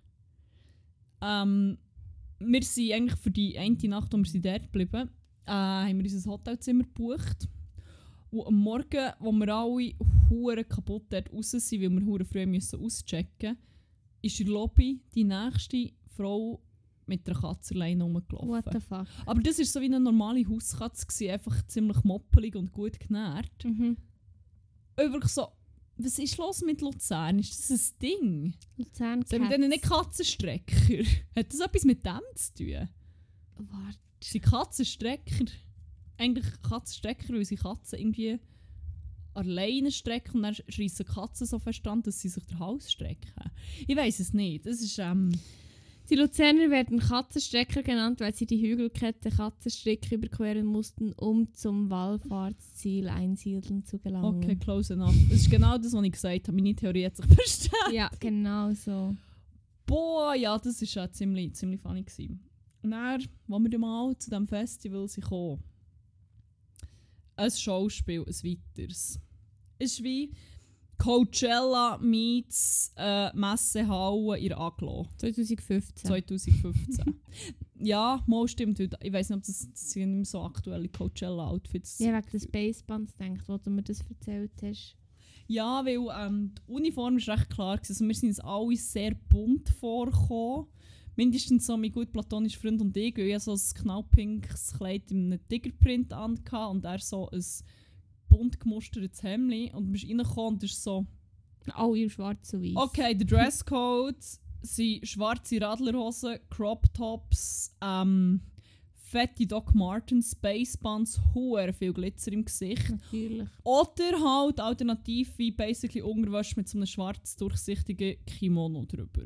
ähm, wir sind eigentlich für die eine Nacht, wo wir sind dort geblieben, äh, haben wir unser Hotelzimmer gebucht. Und am Morgen, wo wir alle hure kaputt dort raus sind, weil wir hure früh müssen auschecken, ist in der Lobby die nächste Frau mit der Katze alleine rumgelaufen. What the fuck. Aber das war so wie eine normale Hauskatze, gewesen, einfach ziemlich moppelig und gut genährt. Mhm. Und wirklich so, was ist los mit Luzern? Ist das ein Ding? Luzern Sind wir denn nicht Katzenstrecker? Hat das etwas mit dem zu tun? Warte. Sind Katzenstrecker eigentlich Katzenstrecker, weil sie Katzen irgendwie alleine strecken und dann schreissen Katzen so verstanden, dass sie sich den Hals strecken? Ich weiss es nicht. Das ist, ähm, Die Luzerner werden Katzenstrecker genannt, weil sie die Hügelkette Katzenstrick überqueren mussten, um zum Wallfahrtsziel Einsiedeln zu gelangen. okay, close enough. Das ist genau das, was ich gesagt habe. Meine Theorie hat sich verstanden. Ja, genau so. Boah, ja, das war ja ziemlich, ziemlich funny gewesen. Und dann, als wir dann mal zu diesem Festival sind gekommen, ein Schauspiel, ein weiteres. Es ist wie Coachella meets äh, Messehalle in Aglo. zwanzig fünfzehn. zwanzig fünfzehn. Ja, mal stimmt. Ich weiss nicht, ob das, das sind nicht mehr so aktuelle Coachella-Outfits. Ja, wegen des Spacebands denkt, wo du mir das erzählt hast. Ja, weil ähm, die Uniform ist recht klar gewesen. Also wir sind uns alle sehr bunt vorgekommen. Mindestens so mein gut platonischer Freund und ich. Ich hatte so ein knallpinkes Kleid in einem Tigerprint an und er so ein bunt gemustertes Hemd. Und du bist reingekommen und ist so... Alle in schwarz und weiß. Okay, der Dresscode sind schwarze Radlerhosen, Crop Tops, ähm, fette Doc Martens, Spacebands, huere viel Glitzer im Gesicht. Natürlich. Oder halt alternativ wie basically Unterwäsche mit so einem schwarz durchsichtigen Kimono drüber.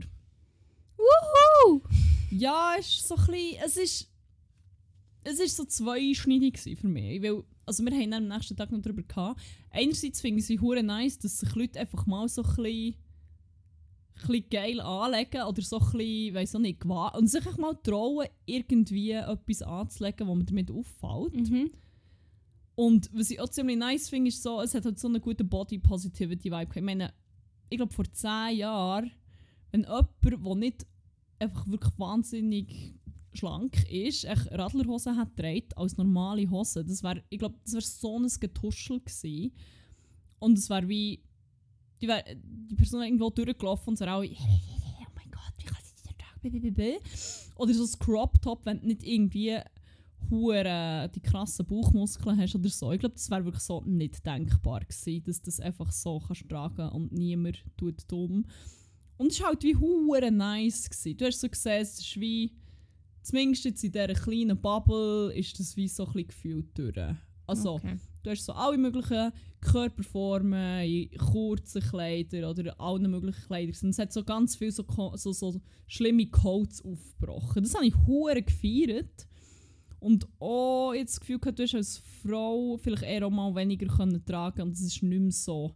Wuhu! Ja, es ist so ein bisschen, es ist, es ist so zweischneidig für mich. Weil, also wir haben dann am nächsten Tag noch darüber gehabt. Einerseits finde ich es hure nice, dass sich Leute einfach mal so ein bisschen, ein bisschen geil anlegen oder so ein bisschen, weiss auch nicht, gewa- und sich einfach mal trauen, irgendwie etwas anzulegen, wo man damit auffällt. Mhm. Und was ich auch ziemlich nice finde, ist so, es hat halt so einen guten Body-Positivity-Vibe. Ich meine, ich glaube vor zehn Jahren, wenn jemand, der nicht einfach wirklich wahnsinnig schlank ist, echt Radlerhosen hat trägt als normale Hose, das wäre, ich glaube, das wäre so ein Getuschel gewesen. Und es wäre wie, die, wär, die Person irgendwo durchgelaufen und so auch, oh mein Gott, wie kann sie das tragen? Oder so ein Crop-Top, wenn du nicht irgendwie hure die krassen Bauchmuskeln hast oder so. Ich glaube, das wäre wirklich so nicht denkbar gewesen, dass du das einfach so kannst tragen und niemand tut dumm. Und es war halt wie hure nice gewesen. Du hast so gesehen, es ist wie, zumindest jetzt in dieser kleinen Bubble, ist das wie so ein bisschen gefühlt durch. Also, Okay. du hast so alle möglichen Körperformen, in kurzen Kleidern oder allen möglichen Kleidern. Und es hat so ganz viele so, so, so schlimme Codes aufgebrochen. Das habe ich hure gefeiert. Und auch jetzt das Gefühl gehabt, du hast als Frau vielleicht eher auch mal weniger können tragen und es ist nicht mehr so,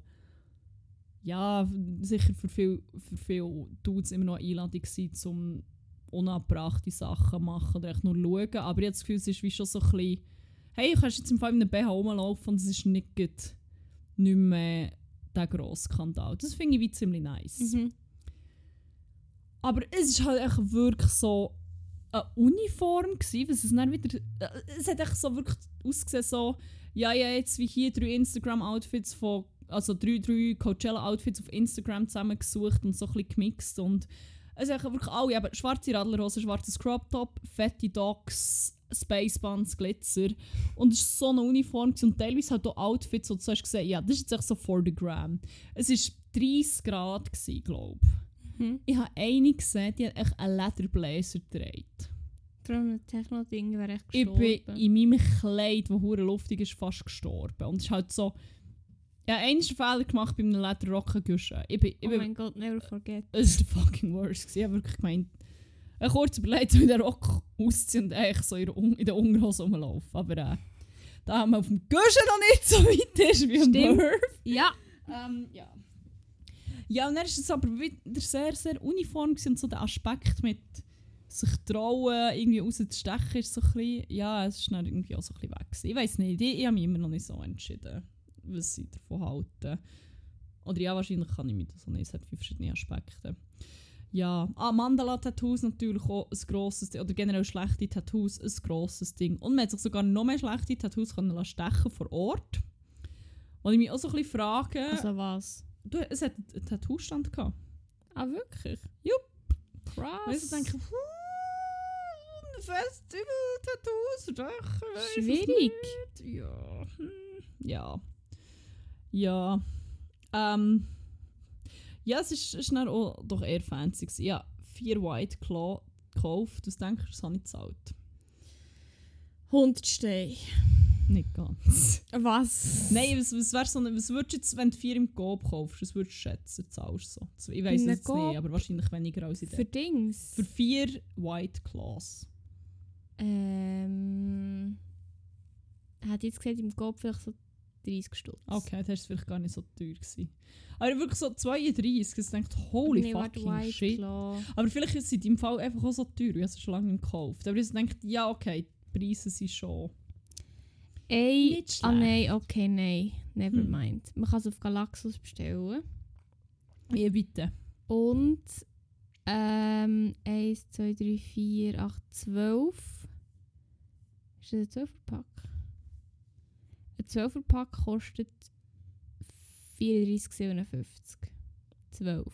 ja, sicher für viele für viel Dudes immer noch eine Einladung gewesen, um unabbrachte Sachen zu machen oder echt nur schauen. Aber ich habe das Gefühl, es ist wie schon so ein bisschen, hey, du kannst jetzt im Fall in einem B H rumlaufen und es ist nicht, gut, nicht mehr der grosse Skandal. Das finde ich wie ziemlich nice. Mhm. Aber es ist halt echt wirklich so eine Uniform gewesen, was es dann wieder, es hat echt so wirklich ausgesehen so, ja, ja, jetzt wie hier drei Instagram-Outfits von, also drei, drei Coachella-Outfits auf Instagram zusammengesucht und so ein bisschen gemixt und es sind wirklich alle, eben schwarze Radlerhosen, schwarzes Crop-Top, fette Docs, Spacebands, Glitzer und es war so eine Uniform gewesen. Und teilweise halt auch Outfits, wo du hast gesehen, ja, das ist jetzt echt so for the gram. Es war dreissig Grad, glaube ich. Mhm. Ich habe eine gesehen, die hat echt einen Lederblazer getragen. Vor allem ein Techno-Ding wäre echt Ich gestorben. bin in meinem Kleid, das hure luftig ist, fast gestorben. Und es ist halt so... Ich habe einen Fehler gemacht bei einem Lederrocken-Guschen. Ich bin... Ich Oh bin mein Gott, never forget. es war der fucking worst. Ich habe wirklich gemeint... Ich habe kurz überlegt, so in den Rock ausziehen und eigentlich so in der, Un- in der Unterhose rumlaufen. Aber äh, da haben wir auf dem Guschen noch nicht so weit ist wie am Stimmt. Murph. Ja. Ähm, ja. Ja, und dann war es aber wieder sehr, sehr uniform gewesen und so der Aspekt mit sich trauen, irgendwie rauszustechen, ist so ein bisschen, ja, es ist dann irgendwie auch so ein bisschen weg gewesen. Ich weiss nicht, ich, ich habe mich immer noch nicht so entschieden, was ich davon halte. Oder ja, wahrscheinlich kann ich mich das auch nicht, es hat viele verschiedene Aspekte. Ja, ah, Mandala-Tattoos natürlich auch ein grosses Ding, oder generell schlechte Tattoos ein grosses Ding. Und man hat sich sogar noch mehr schlechte Tattoos können lassen stechen vor Ort. Und ich mich auch so ein bisschen frage... Also was? Du, es hat einen Tattoo-Stand gehabt. Ah, wirklich? Jupp. Krass. Weißt du, denke ich, ein Festival, Tattoos, Stechen, weiss es Schwierig. nicht. Ja. Hm. Ja. Ja. Ähm. Ja, es ist, ist dann auch doch eher fancy gewesen. Ja, vier White Claw gekauft. Was denkst du, das habe ich gezahlt? hundert Steine. Nicht ganz. Was? Nein, was, was, wär so eine, was würdest du jetzt, wenn du vier im Coop kaufst, was würdest du schätzen, zahlst du so? Ich weiss In es einem jetzt Coop? nicht, aber wahrscheinlich weniger als in Für der. Dings? Für vier White Claws. Ähm... Hat jetzt gesagt, im Kopf vielleicht so dreißig Stutz. Okay, das war vielleicht gar nicht so teuer gewesen. Aber wirklich so zweiunddreißig, dass du denkst, holy Nee, warte, fucking White shit. Claw. Aber vielleicht ist es in deinem Fall einfach auch so teuer, ich habe es schon lange gekauft. Aber ich denke, ja okay, die Preise sind schon... Ey, Nicht schlecht. ah nein, okay, nein. Never Hm. mind. Man kann es auf Galaxus bestellen. Ja, bitte. Und ähm, eins, zwei, drei, vier, acht, zwölf. Ist das ein zwölfer-Pack? Ein zwölfer-Pack kostet vierunddreissig siebenundfünfzig. zwölf.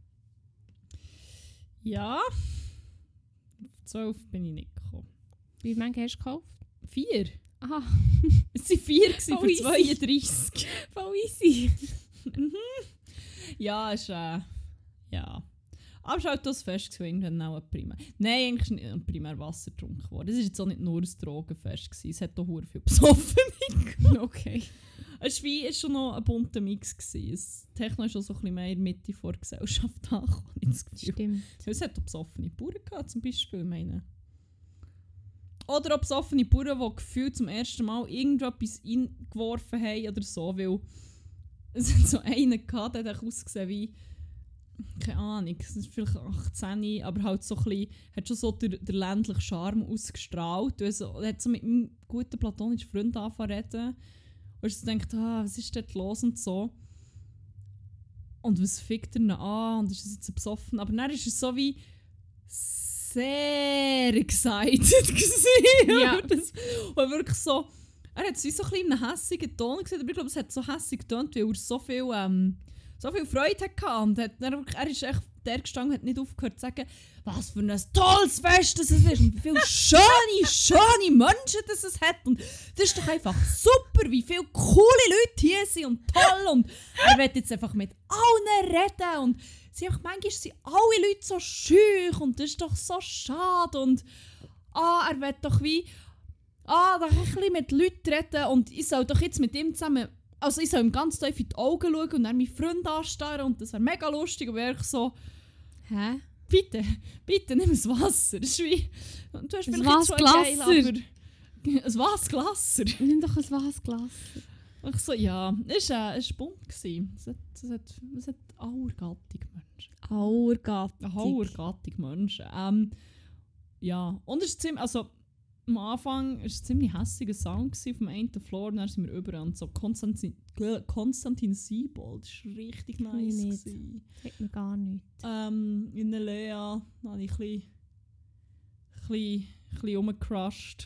Ja. Auf zwölf bin ich nicht gekommen. Wie viele hast du gekauft? Vier? Aha, Es waren vier gewesen Oh, für easy. zweiunddreissig. voll easy. Mhm. Ja, ist äh, ja. Aber es war halt das Fest, gewesen, irgendwann auch ein Primär. Nein, eigentlich ist nicht ein Primär Wasser getrunken worden. Es war jetzt auch nicht nur ein Drogenfest. Gewesen. Es hat auch verdammt viel besoffen. Okay. Es war schon noch ein bunter Mix. Gewesen. Das Techno ist auch so ein bisschen mehr in der Mitte vor der Gesellschaft angekommen. habe ich das Gefühl. Stimmt. Es hat auch besoffene Bauern gehabt, zum Beispiel. Ich meine. Oder auch besoffene Bauern, die gefühlt zum ersten Mal irgendetwas reingeworfen haben oder so. Weil es hat so einen gehabt, der hat ausgesehen wie, keine Ahnung, es ist vielleicht achtzehn, aber halt so ein bisschen, hat schon so den, den ländlichen Charme ausgestrahlt. Also, er hat so mit meinem guten platonischen Freund angefangen zu reden. Und ich so gedacht, ah, was ist dort los und so. Und was fickt er ihn an? Und ist es jetzt besoffen? Aber dann ist er so wie sehr excited gewesen. Ja. Und das- und wirklich so, er hat es wie so ein bisschen in einem hässigen Ton gesehen, aber ich glaube, es hat so hässig getönt, weil er so viel, ähm, so viel Freude hatte. Und hat dann wirklich, er ist echt der gestanden, hat nicht aufgehört zu sagen, was für ein tolles Fest das es ist und wie viele schöne, schöne Menschen das es hat. Und das ist doch einfach super, wie viele coole Leute hier sind und toll. Und er will jetzt einfach mit allen reden. Und sie einfach, manchmal sind alle Leute so schüch und das ist doch so schade. Und ah, er will doch wie ah, doch ein bisschen mit Leuten reden und ich soll doch jetzt mit ihm zusammen, also ich soll ihm ganz tief in die Augen schauen und dann meinen Freund anstarren und das wäre mega lustig und wäre ich so, Hä? bitte, bitte nimm ein Wasser. Das ist wie, du hast Ein vielleicht jetzt schon Wasglasser. geil, aber ein Wasglasser. Nimm doch ein Wasglas. Ich so, ja, es war äh, bunt. gewesen. Es hat, es hat, es hat auergattige Menschen. Auergattig. Auergattige Menschen. Ähm, ja, und es ist ziemlich, also am Anfang war es ein ziemlich hässiger Sound vom einen Floor, und dann sind wir über und so Konstantin, Konstantin Siebold, das war richtig nice. nicht. gewesen. Sagt mir gar nichts. Ähm, in der Lea habe ich ein bisschen, ein bisschen, ein bisschen rumgecrushed.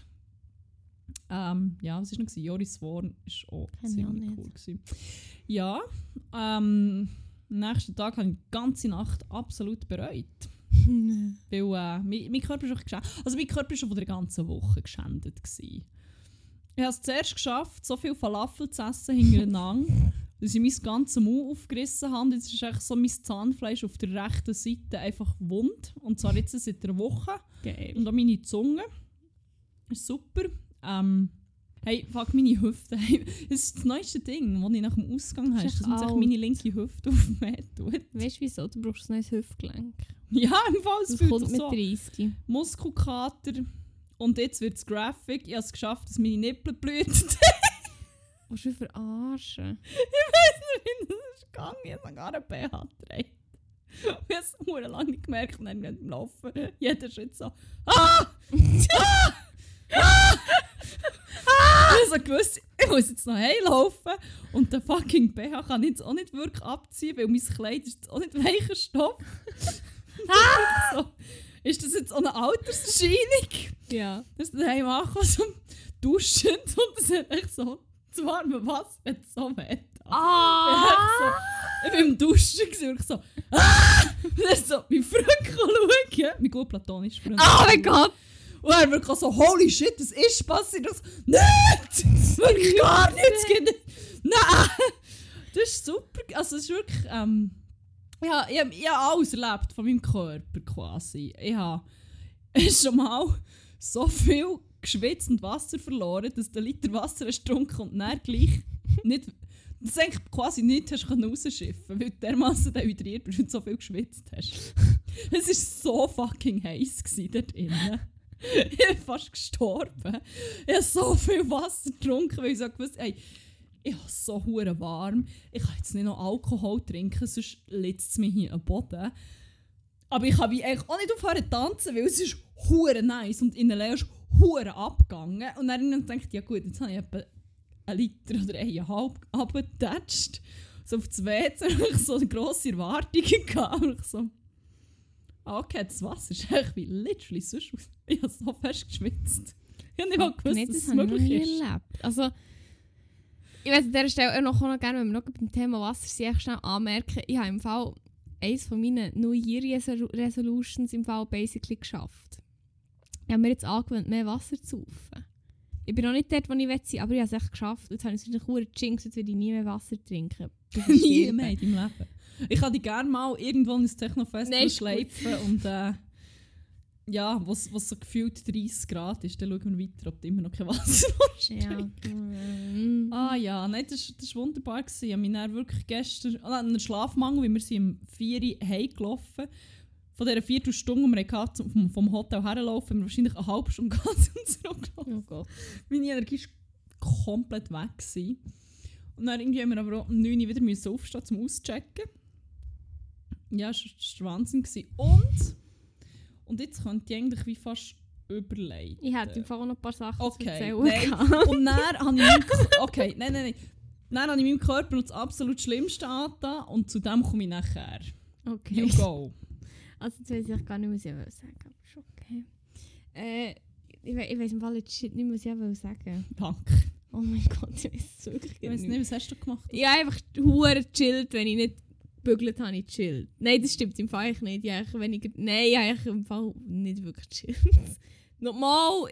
Ähm, ja, was war noch? gewesen? Joris Worn war auch Kenn ich auch ziemlich nicht. cool. Gewesen. Ja, ähm, am nächsten Tag habe ich die ganze Nacht absolut bereut. Weil äh, mein, mein Körper ist schon geschändet. Also mein Körper war schon von der ganzen Woche geschändet. Gewesen. Ich habe es zuerst geschafft, so viel Falafel zu essen hintereinander, dass ich mein ganzes Mund aufgerissen habe. Jetzt ist echt so mein Zahnfleisch auf der rechten Seite einfach wund. Und zwar jetzt seit einer Woche. Geil. Und auch meine Zunge. Ist super. Ähm, hey, fuck meine Hüfte. Hey, das ist das neueste Ding, das ich nach dem Ausgang habe. Ist Dass man sich alt. meine linke Hüfte aufmäht tut. Weißt du wieso? Du brauchst ein neues Hüftgelenk. Ja, im Fall, es Das fühlt kommt sich mit so. dreißig. Muskelkater. Und jetzt wird es graphic. Ich habe es geschafft, dass meine Nippel blühen. Willst du mich verarschen? Ich weiß nicht, wie das ist gegangen. Ich habe sogar einen B H getragen. Ich habe es sehr lange nicht gemerkt, und dann beim Laufen. Jeder Schritt so. Ah! Ah! Ah! Ich habe so gewusst, ich muss jetzt noch heimlaufen. Und der fucking B H kann ich jetzt auch nicht wirklich abziehen, weil mein Kleid ist jetzt auch nicht weicher Stoff. Ah! So. Ist das jetzt auch eine Alterserscheinung? Ja. Dass du daheim ankommst und duschen und es hat echt so das warme Wasser hat so weh. Ah! Ich war im Duschen gewesen und ich so «Ah!» Und er ist so mein Freund schauen. Mein gut platonischer Freund. Oh mein Gott! Und er wirklich so «Holy shit, was ist passiert?» Und ich so «Nicht! Wirklich gar nichts! Geht nicht. Nein!» Das ist super. Also es ist wirklich... Ähm, ja, ich habe hab alles erlebt von meinem Körper quasi. Ich habe schon mal so viel geschwitzt und Wasser verloren, dass du einen Liter Wasser hast getrunken und dann gleich nicht, das eigentlich quasi nicht hast rausschiffen, weil du dermassen dehydriert bist und so viel geschwitzt hast. Es war so fucking heiß dort innen. Ich bin fast gestorben. Ich habe so viel Wasser getrunken, weil ich so gewusst hey, ich habe so hure warm. Ich kann jetzt nicht noch Alkohol trinken, sonst litzt es mir hier am Boden. Aber ich kann wie eigentlich auch nicht aufhören zu tanzen, weil es ist hure nice und in der Lehre ist hure abgegangen. Und dann habe ich gedacht, ja gut, jetzt habe ich etwa einen Liter oder eineinhalb abgetatscht. So auf das W C habe ich so eine grosse Erwartung gehabt. Und ich so, ah, okay, das Wasser ist echt wie literally sonst. Ich habe so fest geschwitzt. Ich habe nicht mal gewusst, Nicht, dass das es habe ich noch möglich nie ist. erlebt. Also, ich weiß an dieser Stelle auch noch, auch noch gerne, wenn wir noch beim Thema Wasser sind, echt schnell anmerken, ich habe im Fall eines von meinen New Year Resolutions im Fall basically geschafft. Ich habe mir jetzt angewöhnt, mehr Wasser zu saufen. Ich bin noch nicht dort, wo ich sein will, aber ich habe es echt geschafft. Jetzt habe ich es eine coole Jinx, jetzt will ich nie mehr Wasser trinken. Nie mehr in deinem Leben. Ich kann dich gerne mal irgendwo ins Technofestival Nein, schleifen und äh, ja, was so gefühlt dreißig Grad ist, dann schauen wir weiter, ob du immer noch kein Wasser hast. Ja. Mm. Ah ja, nein, das war das wunderbar. Gewesen. Ich habe mich dann wirklich gestern, ah, einen Schlafmangel, weil wir sind um vier Uhr heimgelaufen. Von dieser Viertelstunde, die wir hatten, vom, vom Hotel herlaufen, haben wir wahrscheinlich eine halbe Stunde gegangen und zurückgelaufen. Oh Gott. Meine Energie war komplett weg. Gewesen. Und dann irgendwie haben wir aber auch um neun Uhr wieder müssen aufstehen, um auszuchecken. Ja, das war Wahnsinn. Gewesen. Und, und jetzt könnte ich eigentlich wie fast überleiten. Ich hätte im Fall auch noch ein paar Sachen Okay, zu erzählen. nein. gehabt. Und dann habe ich meinem, okay, nein, nein, nein. Dann habe ich meinem Körper noch das absolut Schlimmste angetan und zu dem komme ich nachher. Okay. You go. Also jetzt weiss ich gar nicht, was ich wollte sagen, aber schon okay. Äh, ich, we ich weiss im Fall jetzt nicht mehr, was ich wollte sagen. Danke. Oh mein Gott, ich weiss es wirklich Ich weiss nicht, was hast du gemacht? Ich habe einfach hure chillt, wenn ich nicht gebügelt habe, ich chillt. Nein, das stimmt im Fall nicht. Ich habe weniger, nein, ich habe im Fall nicht wirklich chillt. Nochmal,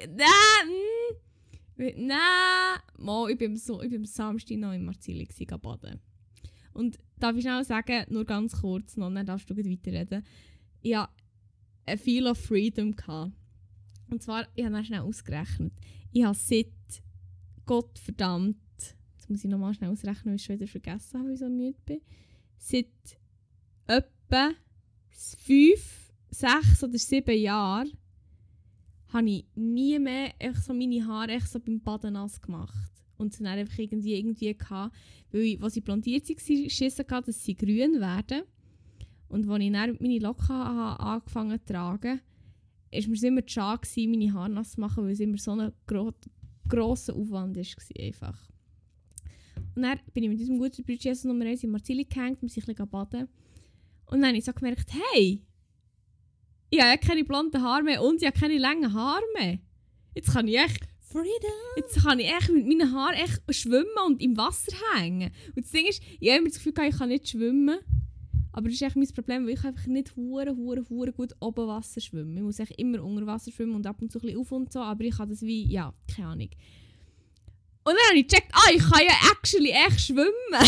nein, nein, mal, ich bin so, ich bin am Samstag noch in Marzili gsi baden. Und darf ich schnell sagen, nur ganz kurz noch, dann darfst du gleich weiterreden. Ich hatte ein Feel of Freedom gehabt. Und zwar, ich habe dann schnell ausgerechnet, ich habe seit Gott verdammt, jetzt muss ich nochmal schnell ausrechnen, weil ich schon wieder vergessen habe, weil ich so müde bin, seit etwa fünf, sechs oder sieben Jahren habe ich nie mehr echt so meine Haare echt so beim Baden nass gemacht. Und sie dann einfach irgendwie, irgendwie gehabt, weil ich, als sie blondiert waren, Schissen gehabt, dass sie grün werden. Und als ich dann meine Locken habe angefangen zu tragen, war mir immer schade, meine Haare nass zu machen, weil es immer so ein gro grosser Aufwand war. Einfach. Und dann bin ich mit diesem guten Brütchen Jesus Nummer eins in Marzili gehängt, wir sind ein bisschen baden. Und dann habe ich so gemerkt, hey, ich habe ja keine blonden Haare mehr und ich habe keine langen Haare mehr. Jetzt kann ich echt, Freedom! jetzt kann ich echt mit meinen Haaren echt schwimmen und im Wasser hängen. Und das Ding ist, ich habe immer das Gefühl, ich kann nicht schwimmen. Aber das ist echt mein Problem, weil ich einfach nicht hure hure hure gut oben Wasser schwimmen. Ich muss echt immer unter Wasser schwimmen und ab und zu ein bisschen auf und so, aber ich kann das wie, ja, keine Ahnung. Und dann habe ich gecheckt, ah, ich kann ja actually echt schwimmen.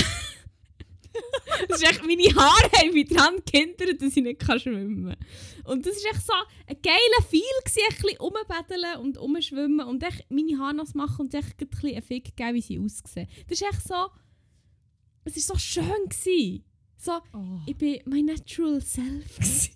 Das ist echt, meine Haare haben mich daran gehindert, dass ich nicht schwimmen kann. Und das war echt so ein geiler Feel, ein bisschen rumbaddeln und rumschwimmen und echt meine Haare nass machen und echt ein bisschen einen Fick geben, wie sie aussehen. Das ist echt so, es war so schön gewesen. So, Oh. ich bin mein natural self gewesen.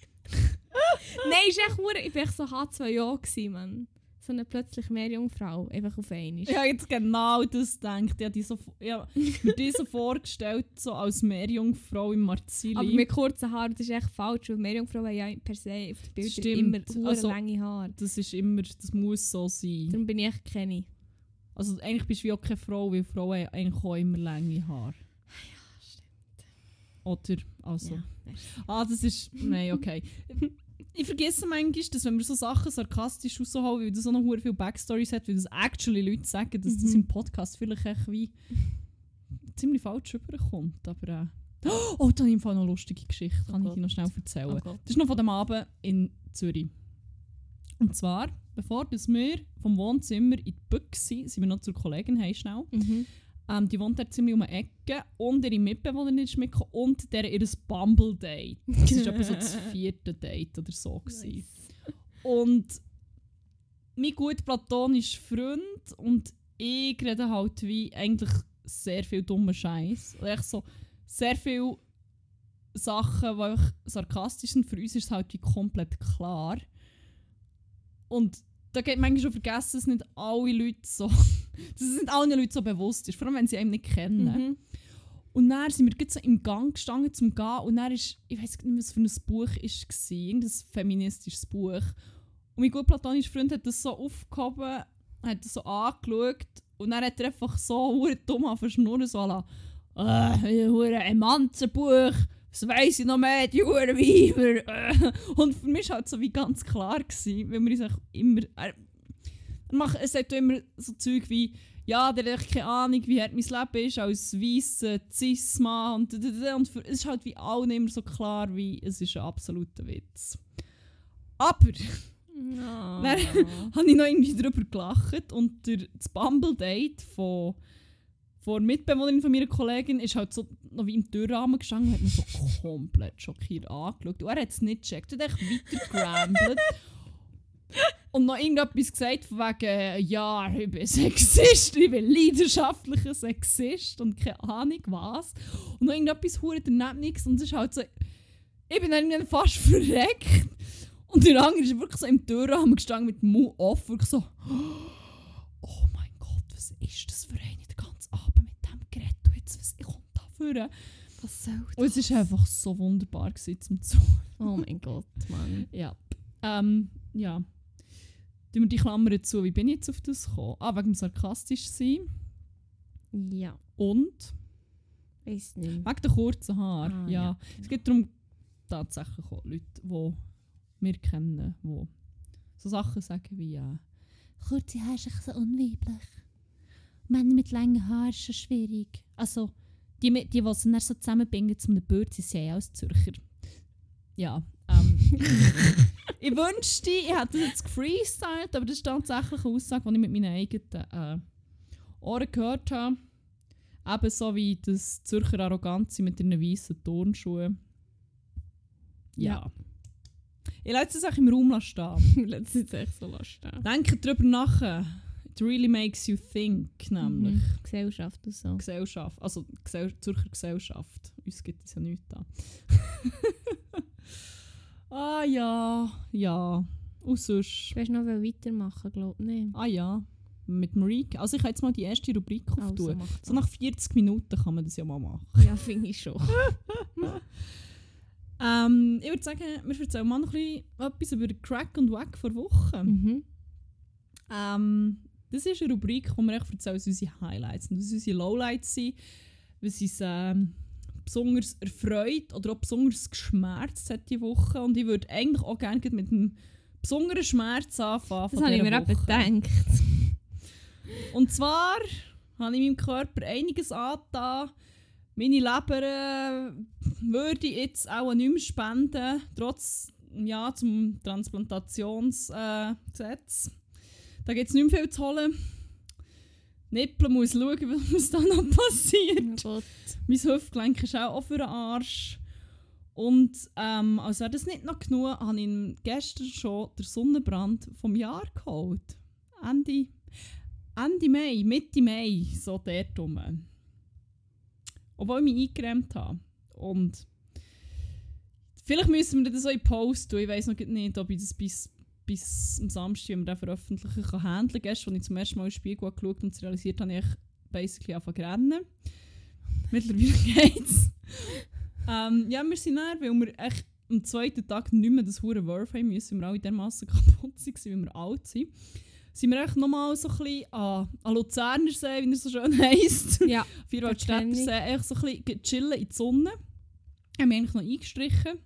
Nein, ist echt hure, ich war echt so H zwei O gewesen, Mann. So eine plötzlich Meerjungfrau, einfach auf einmal. Ich habe jetzt genau das gedacht. Ich habe die so, ich habe mir die so vorgestellt, so als Meerjungfrau im Marzili. Aber mit kurzen Haaren, das ist echt falsch, weil Meerjungfrauen haben ja per se auf den Bildern Stimmt. immer hure Also, lange Haare. Das ist immer, das muss so sein. Darum bin ich echt keine. Also eigentlich bist du wie auch keine Frau, weil Frauen haben eigentlich auch immer lange Haare. Ja, stimmt. Oder? Also. Ja, merci. Ah, das ist... Nein, okay. Ich vergesse manchmal, dass wenn wir so Sachen sarkastisch rausholen, weil das so noch hure viel Backstories hat, weil das actually Leute sagen, dass das Mhm. im Podcast vielleicht echt wie ziemlich falsch rüberkommt. Aber äh, oh, da habe ich im Fall noch eine lustige Geschichte. Oh Kann ich Gott. dir noch schnell erzählen? Oh Gott. Das ist noch von dem Abend in Zürich. Und zwar, bevor dass wir vom Wohnzimmer in die Büchse sind, sind wir noch zur Kollegin hey schnell. Mhm. Ähm, die wohnt da ziemlich um die Ecke und ihre Mitbewohnerin ist mitgekommen und der ihr Bumble-Date. Das war etwa so das vierte Date oder so. Gewesen. Nice. Und mein guter platonischer Freund und ich reden halt wie eigentlich sehr viel dummen Scheiß. Echt so sehr viele Sachen, die einfach sarkastisch sind. Für uns ist es halt wie komplett klar. Und da geht manchmal schon vergessen, dass nicht alle Leute so, dass es nicht allen Leuten so bewusst ist, vor allem wenn sie einen nicht kennen. Mhm. Und dann sind wir so im Gang gestanden zum Gehen und dann ist, ich weiß nicht, was für ein Buch es war, irgendein feministisches Buch. Und mein gut platonischer Freund hat das so aufgehoben, hat das so angeschaut Und dann hat er einfach so hure dumm auf Schnurren so la, äh, hure ein Manzenbuch, was weiss ich noch mehr, die hure Weiber. Äh. Und für mich war halt so wie ganz klar gewesen, weil man uns immer, er, er, macht, er sagt immer so Zeug wie, ja, der hat keine Ahnung, wie hart mein Leben ist als weisser Cis-Mann und, und für, es ist halt wie allen immer so klar, wie es ist ein absoluter Witz. Aber No. dann habe ich noch irgendwie darüber gelacht und der, das Bumble-Date von, von der Mitbewohnerin von meiner Kollegin ist halt so noch wie im Türrahmen gestanden und hat mich so komplett schockiert angeschaut. Und er hat es nicht gecheckt, er hat echt weiter und noch irgendetwas gesagt von wegen, ja, ich bin Sexist, ich bin leidenschaftlicher Sexist und keine Ahnung was. Und noch irgendetwas hure daneben nichts und es ist halt so, ich bin dann fast verreckt. Und der andere ist wirklich so im Türrahmen gestanden mit dem Mund offen, wirklich so, oh mein Gott, was ist das für eine, der ganze Abend mit dem Gerät, und jetzt, was kommt da vor? Was soll das? Und es war einfach so wunderbar gewesen, zum Zuhören. Oh mein Gott, Mann. Ja. Ähm, ja. Tun wir die Klammern zu, wie bin ich jetzt auf das gekommen? Ah, wegen dem sarkastisch sein. Ja. Und? Weiss nicht. Wegen der kurzen Haare. Ah, ja. ja. Es geht darum, tatsächlich auch Leute, die wir kennen, die so Sachen sagen wie ja, kurze Haare ist so unweiblich. Männer mit langen Haaren ist schon schwierig. Also, die, die, die es dann so zusammenbinden zum Bürzi, sind ja alles Zürcher. Ja, ähm. Ich wünschte, ich hätte das jetzt gefreestylt, aber das ist tatsächlich eine Aussage, die ich mit meinen eigenen äh, Ohren gehört habe. Ebenso wie das Zürcher Arroganz mit ihren weißen Turnschuhen. Ja. ja. Ich lasse es auch im Raum stehen. Lass es echt so stehen. Denke darüber nach. It really makes you think, nämlich. Mhm. Gesellschaft und so. Gesellschaft, also Gesell Zürcher Gesellschaft. Uns gibt es ja nichts da. Ah ja, ja. Und sonst. Du willst noch weitermachen, glaube ich. Nee. Ah ja, mit dem Recap. Also ich kann jetzt mal die erste Rubrik auftun. Also, so nach vierzig Minuten kann man das ja mal machen. Ja, finde ich schon. ähm, ich würde sagen, wir erzählen mal noch ein bisschen etwas über den Crack und Wack vor Wochen. Mhm. Ähm, das ist eine Rubrik, wo wir echt erzählen, was unsere Highlights und was unsere Lowlights sind. Was uns ähm, besonders erfreut oder auch besonders geschmerzt hat diese Woche. Und ich würde eigentlich auch gerne mit einem besonderen Schmerz anfangen. Das habe ich mir eben gedacht. Und zwar habe ich meinem Körper einiges angetan. Meine Leber äh, würde ich jetzt auch nicht mehr spenden, trotz ja, zum Transplantationsgesetz. Äh, da gibt es nicht mehr viel zu holen. Nippeln muss schauen, was da noch passiert. Oh Gott. Mein Hüftgelenk ist auch für den Arsch. Und ähm, als wäre das nicht noch genug, habe ich ihm gestern schon den Sonnenbrand vom Jahr geholt. Ende, Ende Mai, Mitte Mai, so dort rum. Obwohl ich mich eingecremt habe. Und vielleicht müssen wir das so in Post tun. Ich weiss noch nicht, ob ich das bis, bis am Samstag, wenn wir den veröffentlichen, kann handeln. Gestern, als ich zum ersten Mal in den Spiegel geschaut und realisiert habe, ich basically angefangen zu rennen. Mittlerweile geht's. ähm, ja, wir sind näher, weil wir echt am zweiten Tag nicht mehr das hure Wurf haben müssen, weil wir alle dermassen kaputt sind, weil wir alt sind. Sind wir echt nochmal so ein bisschen an, an Luzerner See, wie er so schön heisst. Ja. Vierwaldstätter See, echt so ein bisschen chillen in die Sonne. Haben wir eigentlich noch eingestrichen.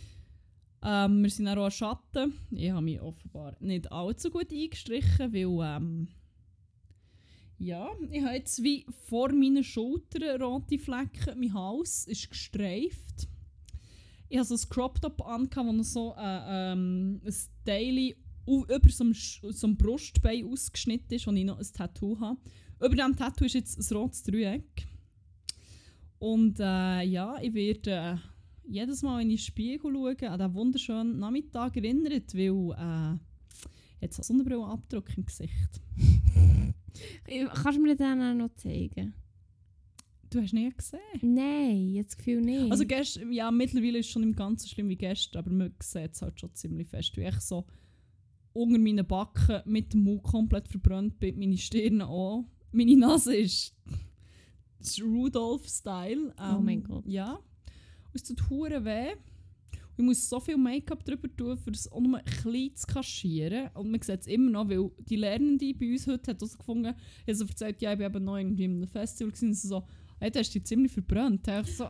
Ähm, wir sind auch an Schatten. Ich habe mich offenbar nicht allzu gut eingestrichen, weil ähm, ja, ich habe jetzt wie vor meinen Schultern rote Flecken. Mein Hals ist gestreift. Ich habe so ein Crop-Top an, wo noch so äh, ähm, ein Teil über so einem, so einem Brustbein ausgeschnitten ist, wo ich noch ein Tattoo habe. Über diesem Tattoo ist jetzt ein rotes Dreieck. Und äh, ja, ich werde äh, jedes Mal, wenn ich in den Spiegel schaue, an diesen wunderschönen Nachmittag erinnert, weil äh, jetzt hat Sonnenbrillenabdruck im Gesicht. Kannst du mir den auch noch zeigen? Du hast nie gesehen? Nein, jetzt das Gefühl nicht. Also gestern, ja, mittlerweile ist es schon im Ganzen schlimm wie gestern, aber man sieht es halt schon ziemlich fest, wie ich so unter meinen Backen mit dem Mund komplett verbrannt bin, meine Stirn auch. Meine Nase ist, ist Rudolph-Style. Ähm, oh mein Gott. Ja. Und es tut hure weh. Und Ich muss so viel Make-up drüber tun, um es auch nur ein bisschen zu kaschieren. Und man sieht es immer noch, weil die Lernende bei uns heute hat herausgefunden, ich habe so erzählt, ja, ich war eben noch irgendwie in einem Festival gewesen, und so, hey, da hast du dich ziemlich verbrannt. Da ich so,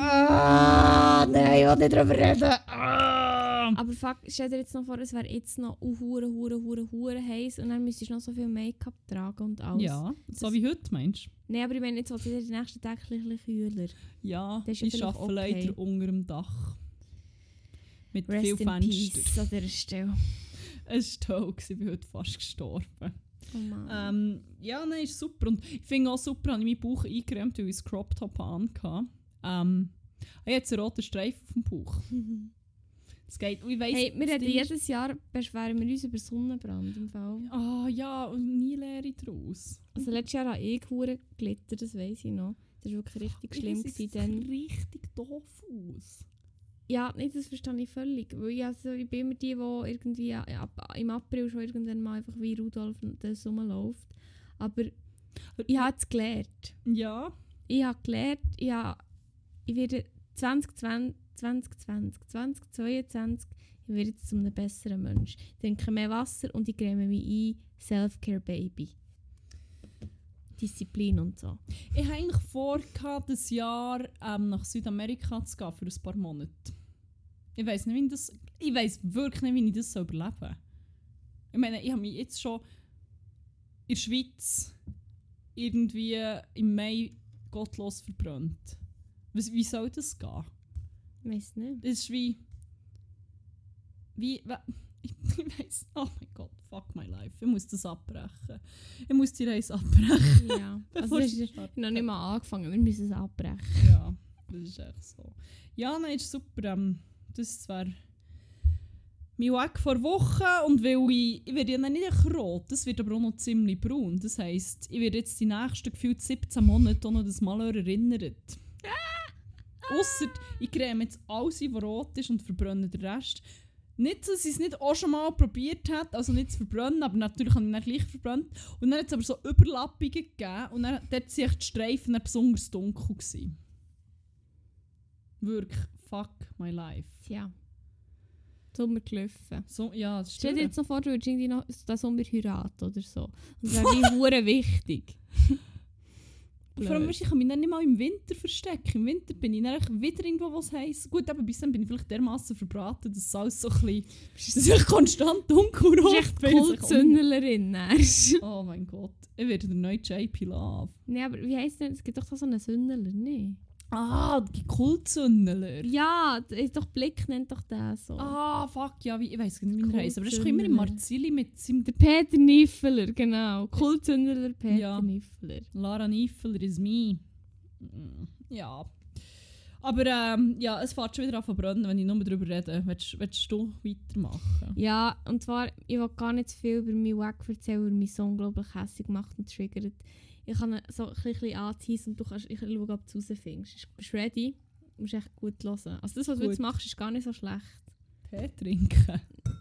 ah, nein, ich will nicht drüber reden. Ah. Aber fuck, stell dir jetzt noch vor, es wäre jetzt noch uh, hure, hure, hure, hure heiß und dann müsstest du noch so viel Make-up tragen und alles. Ja, so wie heute, meinst du? Nein, aber ich meine, jetzt wird es die nächsten Tage ein bisschen kühler. Ja, Das ist ja ich vielleicht arbeite okay. leider unter dem Dach. Mit Rest viel in Fenstern. peace an dieser Stelle. Es war toll, ich bin heute fast gestorben. Oh Mann. Ähm, ja, nein, ist super. Und ich finde auch super, habe ich meinen Bauch eingeräumt, weil ich das Crop Top hatte. Ähm, ich habe jetzt einen roten Streifen auf dem Bauch. Das geht, ich weiss, Hey, wir das reden Ding- jedes Jahr beschweren wir uns über Sonnenbrand im Fall. Ah ja, und nie Leere draus. Also letztes Jahr habe ich hure glitter, das weiss ich noch. Das war wirklich richtig schlimm. Es gewesen, sieht dann. richtig doof aus. Ja, nee, das verstehe ich völlig. Weil ich, also, ich bin immer die, die irgendwie ja, ab, im April schon irgendwann mal einfach wie Rudolf das rumläuft. Aber ich habe es gelernt. Ja. Ich habe gelernt, ich, habe, ich werde zwanzig zwanzig, zwanzig zwanzig, zwanzig zweiundzwanzig, ich werde jetzt zu einem besseren Mensch. Ich trinke mehr Wasser und ich creme mich ein. Self-Care Baby. Disziplin und so. Ich habe eigentlich vor, dieses Jahr ähm, nach Südamerika zu gehen für ein paar Monate. Ich weiss nicht, wie ich das. Ich weiss wirklich nicht, wie ich das so überleben soll. Ich meine, ich habe mich jetzt schon in der Schweiz irgendwie im Mai gottlos verbrannt. Was, wie soll das gehen? Ich weiss nicht. Es ist wie. Wie. Ich, ich weiss. Oh mein Gott, fuck my life. Ich muss das abbrechen. Ich muss die Reise abbrechen. Ja, also Bevor das sie ist startet. noch nicht mal angefangen, wir müssen es abbrechen. Ja, das ist echt so. Ja, nein, ist super. Ähm, das wäre mein Weg vor Wochen. Und weil ich, ich werde ja nicht echt rot, das wird aber auch noch ziemlich braun. Das heisst, ich werde jetzt die nächsten gefühlt siebzehn Monate auch noch das Malheur erinnert. Ausser ich creme jetzt alles, was rot ist und verbrenne den Rest. Nicht, dass ich es nicht auch schon mal probiert habe, also nicht zu verbrennen, aber natürlich habe ich ihn dann gleich verbrannt. Und dann hat es aber so Überlappungen gegeben und dann dort waren die Streifen dann besonders dunkel gewesen. Wirklich, fuck my life. Tja. Sommer gelaufen. So, ja, das Stell dir stimmt. jetzt noch vor, du würdest irgendwie noch den Sommer heiraten oder so. Das wäre wie hure wichtig. Vor allem, weißt, ich kann mich dann nicht mal im Winter verstecken. Im Winter bin ich dann einfach wieder irgendwo, was heisst. Gut, aber bis dann bin ich vielleicht dermassen verbraten, dass es alles so ein bisschen... dass ich konstant dunkelrot Du bist echt bin. Kultzünderlerin. Oh mein Gott. Ich werde der neue J P Love. Nee, aber wie heisst denn? Es gibt doch so einen Sündler, ne? Ah, die Kultzündeler. Ja, d- ist doch Blick nennt doch den so. Ah, fuck, ja, wie, ich weiss nicht, wie er heisst. Aber das ist doch Kultzündeler. immer im Marzili mit seinem... Der Peter Niffeler, genau. Kultzünderler Peter Ja. Niffeler. Lara Niffeler is me. Mm, Ja. Aber ähm, ja, es fährt schon wieder an zu brennen, wenn ich nur darüber rede. Willst, willst du weitermachen? Ja, und zwar, ich will gar nicht zu viel über meinen Weg erzählen, weil mein Song unglaublich hässlich macht und triggert. Ich kann ihn so ein bisschen anteasen und du kannst ich schauen, ob du es rausfindest. Bist du ready? Du musst echt gut hören. Also das, was du Gut. jetzt machst, ist gar nicht so schlecht. Tee trinken.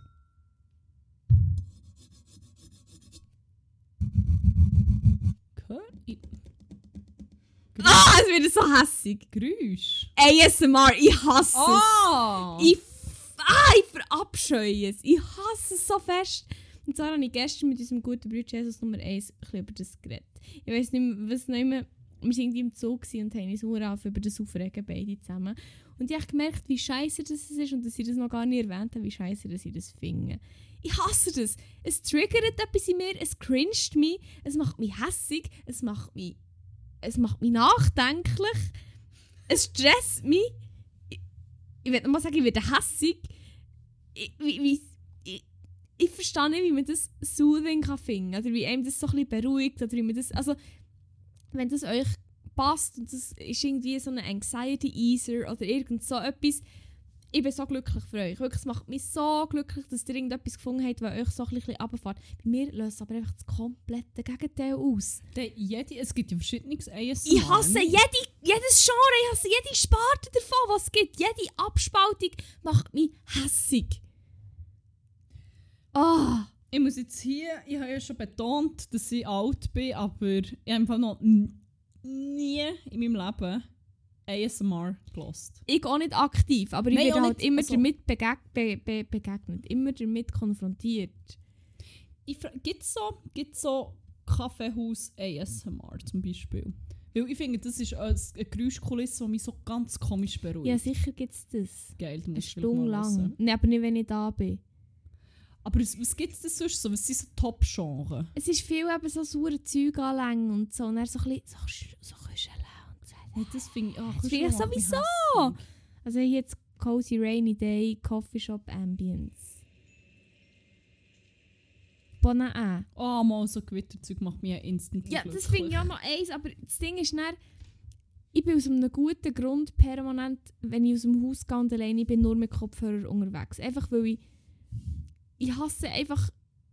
Gehör ich... Ah, es wird so hässig. Geräusch. A S M R, ich hasse Ah! es. Ich, f- ah, ich verabscheue es. Ich hasse es so fest. Und zwar habe ich gestern mit unserem guten Bruder Jesus Nummer eins ein bisschen über das geredet. Ich weiss nicht mehr, was noch immer... Wir waren irgendwie im Zug und haben uns sehr auf über das aufregen, beide zusammen. Und ich habe gemerkt, wie scheiße das ist und dass sie das noch gar nicht erwähnt haben, wie scheiße dass sie das finden. Ich hasse das. Es triggert etwas in mir, es cringed mich, es macht mich hässig, es macht mich, es macht mich nachdenklich, es stresst mich. Ich, ich will mal sagen, ich werde hässig. Ich, wie, wie, ich, ich verstehe nicht, wie man das soothing kann finden kann. Oder wie einem das so ein bisschen beruhigt. Oder wie man das, also, wenn das euch passt und das ist irgendwie so eine Anxiety-Easer oder irgend so etwas, ich bin so glücklich für euch. Wirklich, es macht mich so glücklich, dass ihr irgendetwas gefunden habt, was euch so ein bisschen runterfährt. Bei mir löst es aber einfach das komplette Gegenteil aus. Der, jede, es gibt ja verschiedenes A S M R. Ich hasse jede, jedes Genre, ich hasse jede Sparte davon, was es gibt. Jede Abspaltung macht mich hässig. Ah! Ich muss jetzt hier, ich habe ja schon betont, dass ich alt bin, aber ich habe einfach noch n- nie in meinem Leben A S M R gelost? Ich auch nicht aktiv, aber ich Nein, werde auch halt nicht, immer also- damit begeg be be begegnet, immer damit konfrontiert. Gibt es so, gibt's so Kaffeehaus A S M R zum Beispiel? Weil ich finde, das ist eine Geräuschkulisse, die mich so ganz komisch beruhigt. Ja, sicher gibt es das. Geil, du Eine musst vielleicht Stunde mal lang. hören. Nein, aber nicht, wenn ich da bin. Aber was, was gibt es denn sonst so? Was sind so Top-Genres? Es ist viel eben so saure Zeug anlängen und so. Und dann so ein bisschen so, sch- so kuscheln und so. Hey, das finde ich, ach, Das finde ich sowieso. Also hier jetzt Cozy Rainy Day, Coffee Shop Ambience. Bonne Oh, mal so Gewitterzeug macht mich ja instant Ja, glücklich. das finde ich auch noch eins, aber das Ding ist dann, ich bin aus einem guten Grund permanent, wenn ich aus dem Haus gehe und alleine bin, nur mit Kopfhörer unterwegs. Einfach weil ich, ich hasse einfach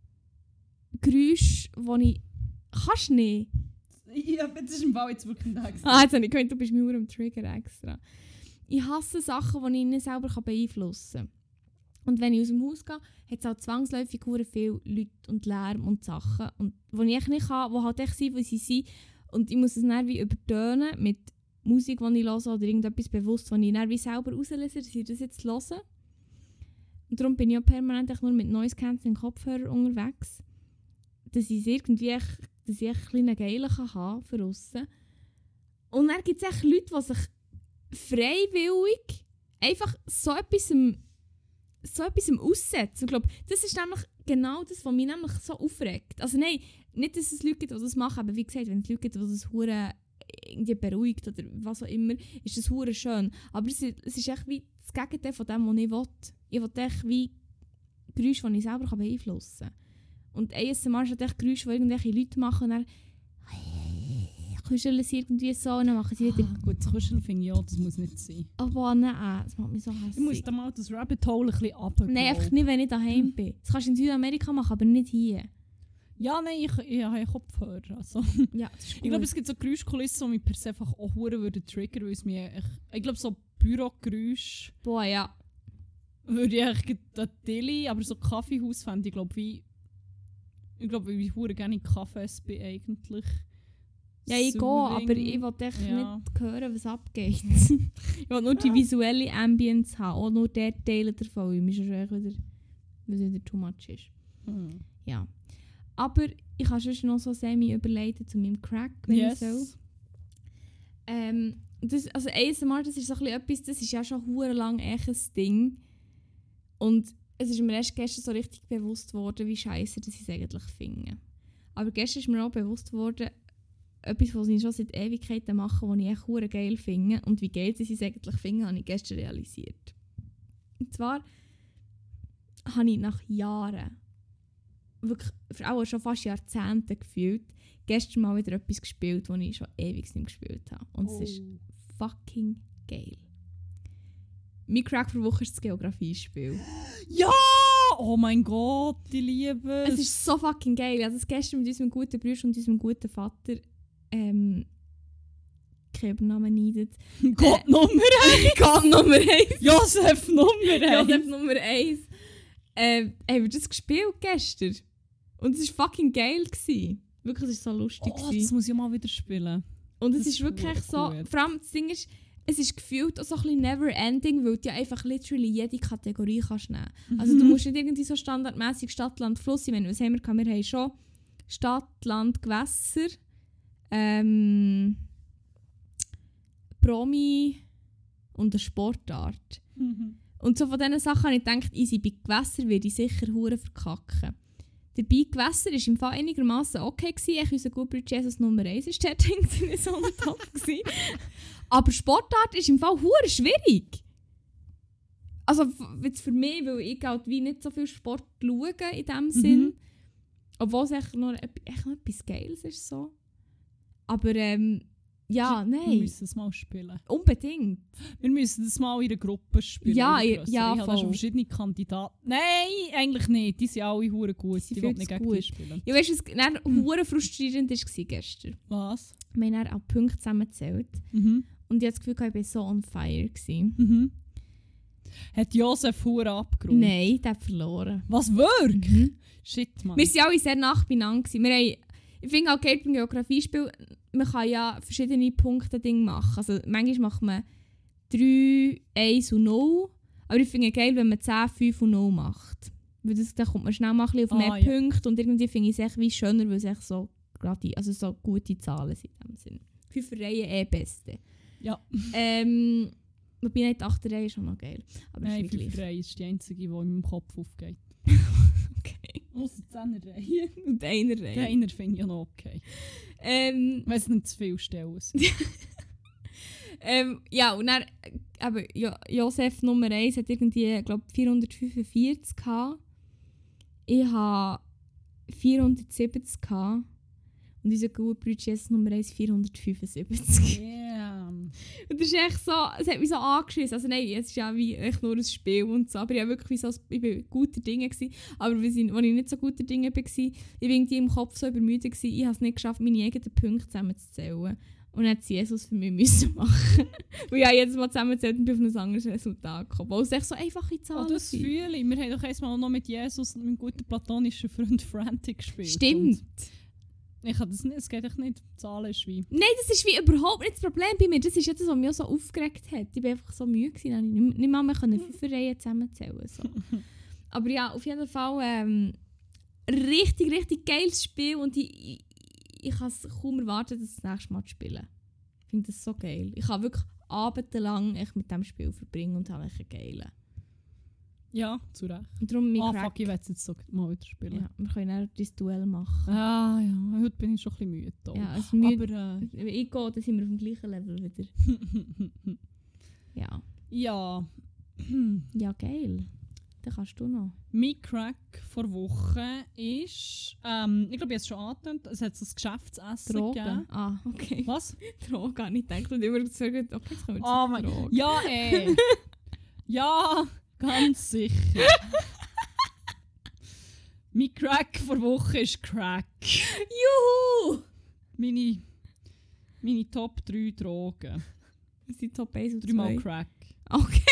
Geräusche, die ich, kannst du nicht. Ja, das ist im Fall jetzt wirklich ein Text. Ah, jetzt habe ich gemeint, du bist mir nur am Trigger extra. Ich hasse Sachen, die ich nicht selber beeinflussen kann. Und wenn ich aus dem Haus gehe, hat es auch zwangsläufig sehr viele Leute und Lärm und Sachen, und, die ich echt nicht kann, die halt echt sind, wie sie sind. Und ich muss es dann wie übertönen mit Musik, die ich höre, oder irgendetwas bewusst, das ich dann wie selber auslese, dass ich das jetzt höre. Und darum bin ich auch permanent echt nur mit Noise Cancelling Kopfhörer unterwegs. Dass ich es irgendwie echt, dass ich echt ein kleinen Geile kann haben für aussen. Und dann gibt es echt Leute, die sich freiwillig einfach so etwas so etwas aussetzen. Ich glaube, das ist nämlich genau das, was mich nämlich so aufregt. Also nein, nicht, dass es Leute gibt, die das machen, aber wie gesagt, wenn es Leute gibt, die das hure irgendwie beruhigt oder was auch immer, ist das hure schön. Aber es ist, es ist echt wie das Gegenteil von dem, was ich will. Ich will echt wie Geräusche, die ich selber beeinflussen kann. Und A S M R ist halt echt Geräusche, die irgendwelche Leute machen und dann kuscheln sie irgendwie so und dann machen sie wieder... Ah, gut, das Kuscheln finde ich auch, das muss nicht sein. Aber nein, das macht mich so hässlich. Ich muss da mal das Rabbit Hole ein bisschen runtergehen. Nein, einfach nicht, wenn ich daheim bin. Das kannst du in Südamerika machen, aber nicht hier. Ja, nein, ich, ich habe Kopfhörer. Also. Ja, das ist gut. Ich glaube, es gibt so Geräuschkulissen, die mich per se einfach auch hure würden triggern, weil es mir echt, ich glaube, so Bürogeräusche Boah, ja. würde ich eigentlich an Dilly, aber so Kaffeehaus fände ich glaube wie, ich glaube, weil ich hure gerne in Cafés bin eigentlich. Ja, ich gehe, Soothing. aber ich will echt Ja. nicht hören, was abgeht. Ich will nur die visuelle Ambience haben, auch nur der Teil davon, weil mir schon echt wieder, weil es wieder too much ist. Hm. Ja. Aber ich habe schon noch so semi überleiten zu meinem Crack, wenn Yes. ich so. Ähm, das, also A S M R, das ist so ein bisschen etwas, das ist ja schon hure lang echt ein Ding. Und es ist mir erst gestern so richtig bewusst worden, wie scheiße das ich es eigentlich finde. Aber gestern ist mir auch bewusst worden, etwas, was ich schon seit Ewigkeiten mache, was ich echt hure geil finde. Und wie geil sie es eigentlich finde, habe ich gestern realisiert. Und zwar habe ich nach Jahren, wirklich auch schon fast Jahrzehnte gefühlt, gestern mal wieder etwas gespielt, das ich schon ewig nicht mehr gespielt habe. Und Oh. es ist fucking geil. Mein Crack für Woche ist das Geografiespiel. Ja! Oh mein Gott, ich liebe es. Es ist so fucking geil. Ich habe das gestern mit unserem guten Bruder und unserem guten Vater ähm, keinen Übernamen neidet. Gott Nummer eins! Gott Nummer eins! Josef Nummer eins! Josef Nummer eins. Ähm, haben wir das gespielt gestern. Und es war fucking geil gewesen. Wirklich, es war so lustig. Oh, gewesen. das muss ich mal wieder spielen. Und es Das ist ist wirklich verdammt so, gut. vor allem das Ding ist, es ist gefühlt auch so ein bisschen never ending, weil du ja einfach literally jede Kategorie kannst nehmen. Also du musst nicht irgendwie so standardmäßig Stadt, Land, Fluss sein. Was haben wir gehabt? Wir haben schon Stadt, Land, Gewässer, ähm, Promi und eine Sportart. Mhm. Und so von diesen Sachen habe ich gedacht, easy, bei Gewässer werde ich sicher hure verkacken. Dabei Gewässer war im Fall einigermaßen okay gewesen. Ich unser guter Bruder Jesus Nummer eins ist dort irgendwie so ein Top gewesen. Aber Sportart ist im Fall hure schwierig. Also f- jetzt für mich, weil ich halt wie nicht so viel Sport schaue in dem Sinn. Obwohl es echt noch, ep- echt noch etwas Geiles ist so. Aber ähm, ja, Wir nein. müssen es mal spielen. Unbedingt. Wir müssen das mal in der Gruppe spielen. Ja, in der ja, grösseren. ja, Ich habe da schon voll. verschiedene Kandidaten. Nein, eigentlich nicht. Die sind alle hure gut. Sie Die will viel nicht zu gegen gut. die spielen. Ja, weißt du, was dann hure frustrierend war gestern? Was? Wir haben dann auch Punkte zusammengezählt. Mhm. Und ich hatte das Gefühl, ich war so on fire. Gewesen. Mhm. Hat Josef hure abgerundet? Nein, der hat verloren. Was, wirklich? Mhm. Shit, Mann. Wir waren alle sehr nah beieinander. gewesen. Wir haben, ich finde auch Geld beim Geografiespiel, man kann ja verschiedene Punkte-Dinge machen. Also manchmal macht man drei, eins und null. Aber ich finde es geil, wenn man zehn, fünf und null macht. Weil das, dann kommt man schnell mal ein bisschen auf mehr Ah, ja. Punkte und irgendwie finde ich es echt wie schöner, weil es echt so, gerade, also so gute Zahlen sind in dem Sinn. Fünf Reihen eh beste. Ja. Ähm, wobei nicht die acht Reihe ist schon noch geil. Aber Nein, ist wie fünf gleich. Reihen ist die einzige, die in meinem Kopf aufgeht. Okay. Ausser zehn Reihen. Und einer Die Reihe. einer finde ich ja noch okay. Ähm, Wenn es nicht zu viel Stellen sind. ähm, ja, und dann, äh, aber jo Josef Nummer eins hat irgendwie, glaube ich, vierhundertfünfundvierzig gehabt. Ich habe vierhundertsiebzig gehabt. Und unser guter Bruder Jesus Nummer eins vierhundertfünfundsiebzig. Yeah. Und das ist echt so, es hat mich so angeschissen. Also nein, es ist ja wie echt nur ein Spiel und so. Aber ich war wirklich so, ich bin guter Dinge gewesen. Aber als ich, als ich nicht so guter Dinge war, ich war irgendwie im Kopf so übermüdet gewesen. Ich habe es nicht geschafft, meine eigenen Punkte zusammenzuzählen. Und dann hat Jesus für mich müssen machen. Weil ich jedes Mal zusammenzählt und bin auf ein anderes Resultat gekommen. Weil es echt so einfache Zahlen Oh, das sind. fühle ich. Wir haben doch einmal noch mit Jesus und meinem guten platonischen Freund Frantic gespielt. Stimmt. Und ich kann das nicht, es geht echt nicht. Zahlen ist wie... Nein, das ist wie überhaupt nicht das Problem bei mir. Das ist ja das, was mich auch so aufgeregt hat. Ich war einfach so müde gewesen, dass ich nicht, nicht mal mehr fünf Reihen zusammenzählen. So. Aber ja, auf jeden Fall ähm, richtig, richtig geiles Spiel und ich, ich, ich kann es kaum erwarten, das, das nächste Mal zu spielen. Ich finde das so geil. Ich kann wirklich abendelang echt mit diesem Spiel verbringen und habe einen geilen. Ja, zu Recht. Und darum mein Ah, Crack. fuck, ich will es jetzt so mal wieder spielen. Ja, wir können auch das Duell machen. Ah ja, heute bin ich schon ein bisschen müde. da. Ja, also müde, Aber wenn ich gehe, dann sind wir auf dem gleichen Level wieder. äh, Ja, ja, ja geil. Dann kannst du noch. mein Crack vor Woche ist, ähm, ich glaube, ich habe es schon angetönt, es hat so ein Geschäftsessen Drogen? gegeben. Ah, okay. Was? Drogen, habe ich gedacht. Und immer gesagt, okay, jetzt kommen wir Oh zu mein Drogen. Ja, ey. Ja, ganz sicher. Mein Crack vor Woche ist Crack. Juhu! Meine, meine Top drei Drogen. Das sind Top eins und Dreimal zwei. Crack. Okay.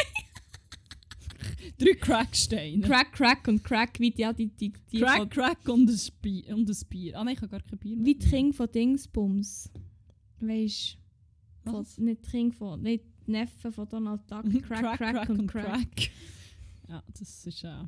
Drei Cracksteine. Crack, Crack und Crack, wie die, ja, die, die, die Crack, von, Crack und ein Bier. Und ein Bier. Ah nein, ich habe gar kein Bier mehr. wie die Kinder von Dingsbums. Weisst du? Was? Nicht die Kinder von, nicht die Neffen von Donald Duck. Crack, Crack, und Crack. Ja, das ist, äh,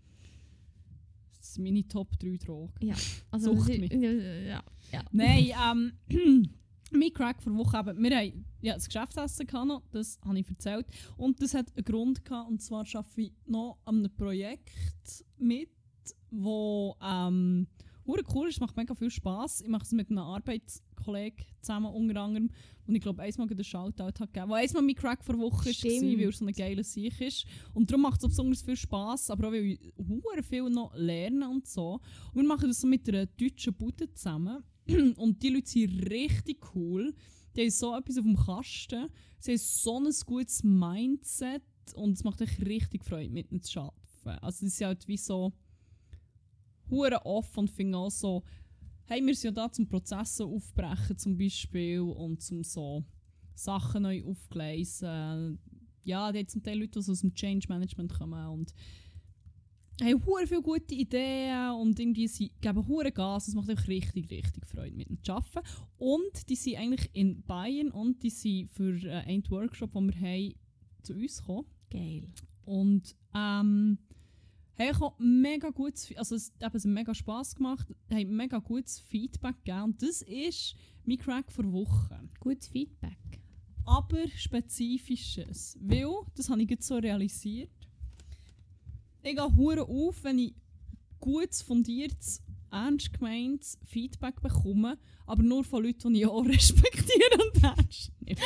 das sind meine Top drei Drogen. Ja, also Sucht das ist- mich. Ja, ja. Nein, ähm, mein Crack vor Woche eben, wir haben ja, das Geschäftsessen gehabt noch, das habe ich erzählt. Und das hat einen Grund gehabt, und zwar arbeite ich noch an einem Projekt mit, wo ähm, hure cool ist, macht mega viel Spass. Ich mache es mit einem Arbeitskollegen zusammen unter anderem, und ich glaube, einmal einen Shoutout hat gegeben, wo einmal mein Crack vor Woche war, Stimmt. weil er so eine geile Sicht ist. Und darum macht es auch besonders viel Spass, aber auch weil ich hure viel noch lerne und so. Und wir machen das so mit einer deutschen Bude zusammen. Und die Leute sind richtig cool. Die haben so etwas auf dem Kasten. Sie haben so ein gutes Mindset. Und es macht euch richtig Freude, mit ihnen zu arbeiten. Also, sie sind halt wie so hure offen und finden auch so, hey, wir sind ja da zum Prozesse aufbrechen zum Beispiel und zum so Sachen neu aufgleisen. Ja, die haben zum Teil Leute, die so aus dem Change Management kommen und haben hure viele gute Ideen und irgendwie sie geben hure Gas. Es macht euch richtig, richtig Freude, mit ihnen zu arbeiten. Und die sind eigentlich in Bayern und die sind für äh, einen Workshop, den wir haben, zu uns gekommen. Geil. Und ähm, haben auch mega gutes, also es hat eben mega Spass gemacht, haben mega gutes Feedback gegeben. Und das ist mein Crack vor Woche. Gutes Feedback. Aber spezifisches. Weil, das habe ich jetzt so realisiert, ich gehe hure auf, wenn ich gutes, fundiertes, ernst gemeintes Feedback bekomme, aber nur von Leuten, die ich auch respektiere und ernst nehme.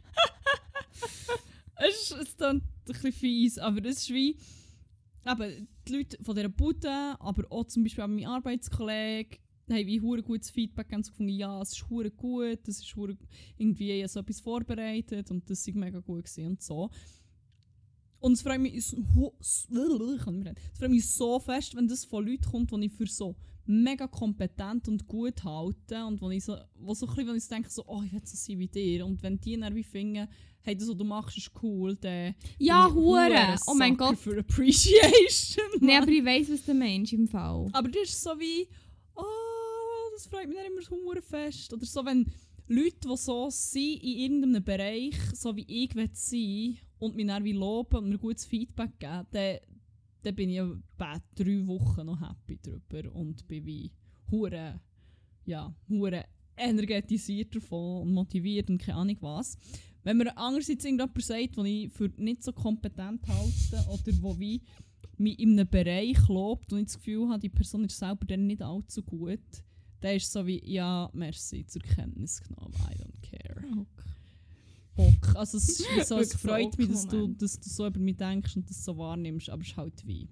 Es ist, es klingt ein bisschen fies, aber es ist wie eben, die Leute von dieser Bude, aber auch zum Beispiel auch mein Arbeitskollege, haben wie hure gutes Feedback gegeben, so gefunden, ja, es ist hure gut, das ist hure, irgendwie ich habe so etwas vorbereitet und das war mega gut gewesen und so. Und es freut mich so, es freut mich so fest, wenn das von Leuten kommt, die ich für so mega kompetent und gut halte und wo ich so, wo so ein bisschen, wenn ich so denke, so, oh, ich will so sein wie dir. Und wenn die dann wie finden, hey, das, was du machst, ist cool, dann Ja, bin ich hure. Oh mein Sucker Gott. für Appreciation. Nein, aber ich weiss, was du meinst im Fall. Aber das ist so wie, oh, das freut mich dann immer so hure fest. Oder so, wenn, Leute, die so sind in irgendeinem Bereich, so wie ich sein will, und mich dann wie loben und mir gutes Feedback geben, dann, dann bin ich ja bei drei Wochen noch happy drüber und bin wie hure, ja, hure energetisiert davon und motiviert und keine Ahnung was. Wenn mir andererseits irgendjemand sagt, den ich für nicht so kompetent halte oder wo wie mich in einem Bereich lobt und ich das Gefühl habe, die Person ist selber dann nicht allzu gut, dann ist es so wie, ja, merci, zur Kenntnis genommen, I don't care. Okay. Bock. Also es, ist wie so, es Wirklich freut mich, dass du, Moment. dass du so über mich denkst und das so wahrnimmst, aber es ist halt wie...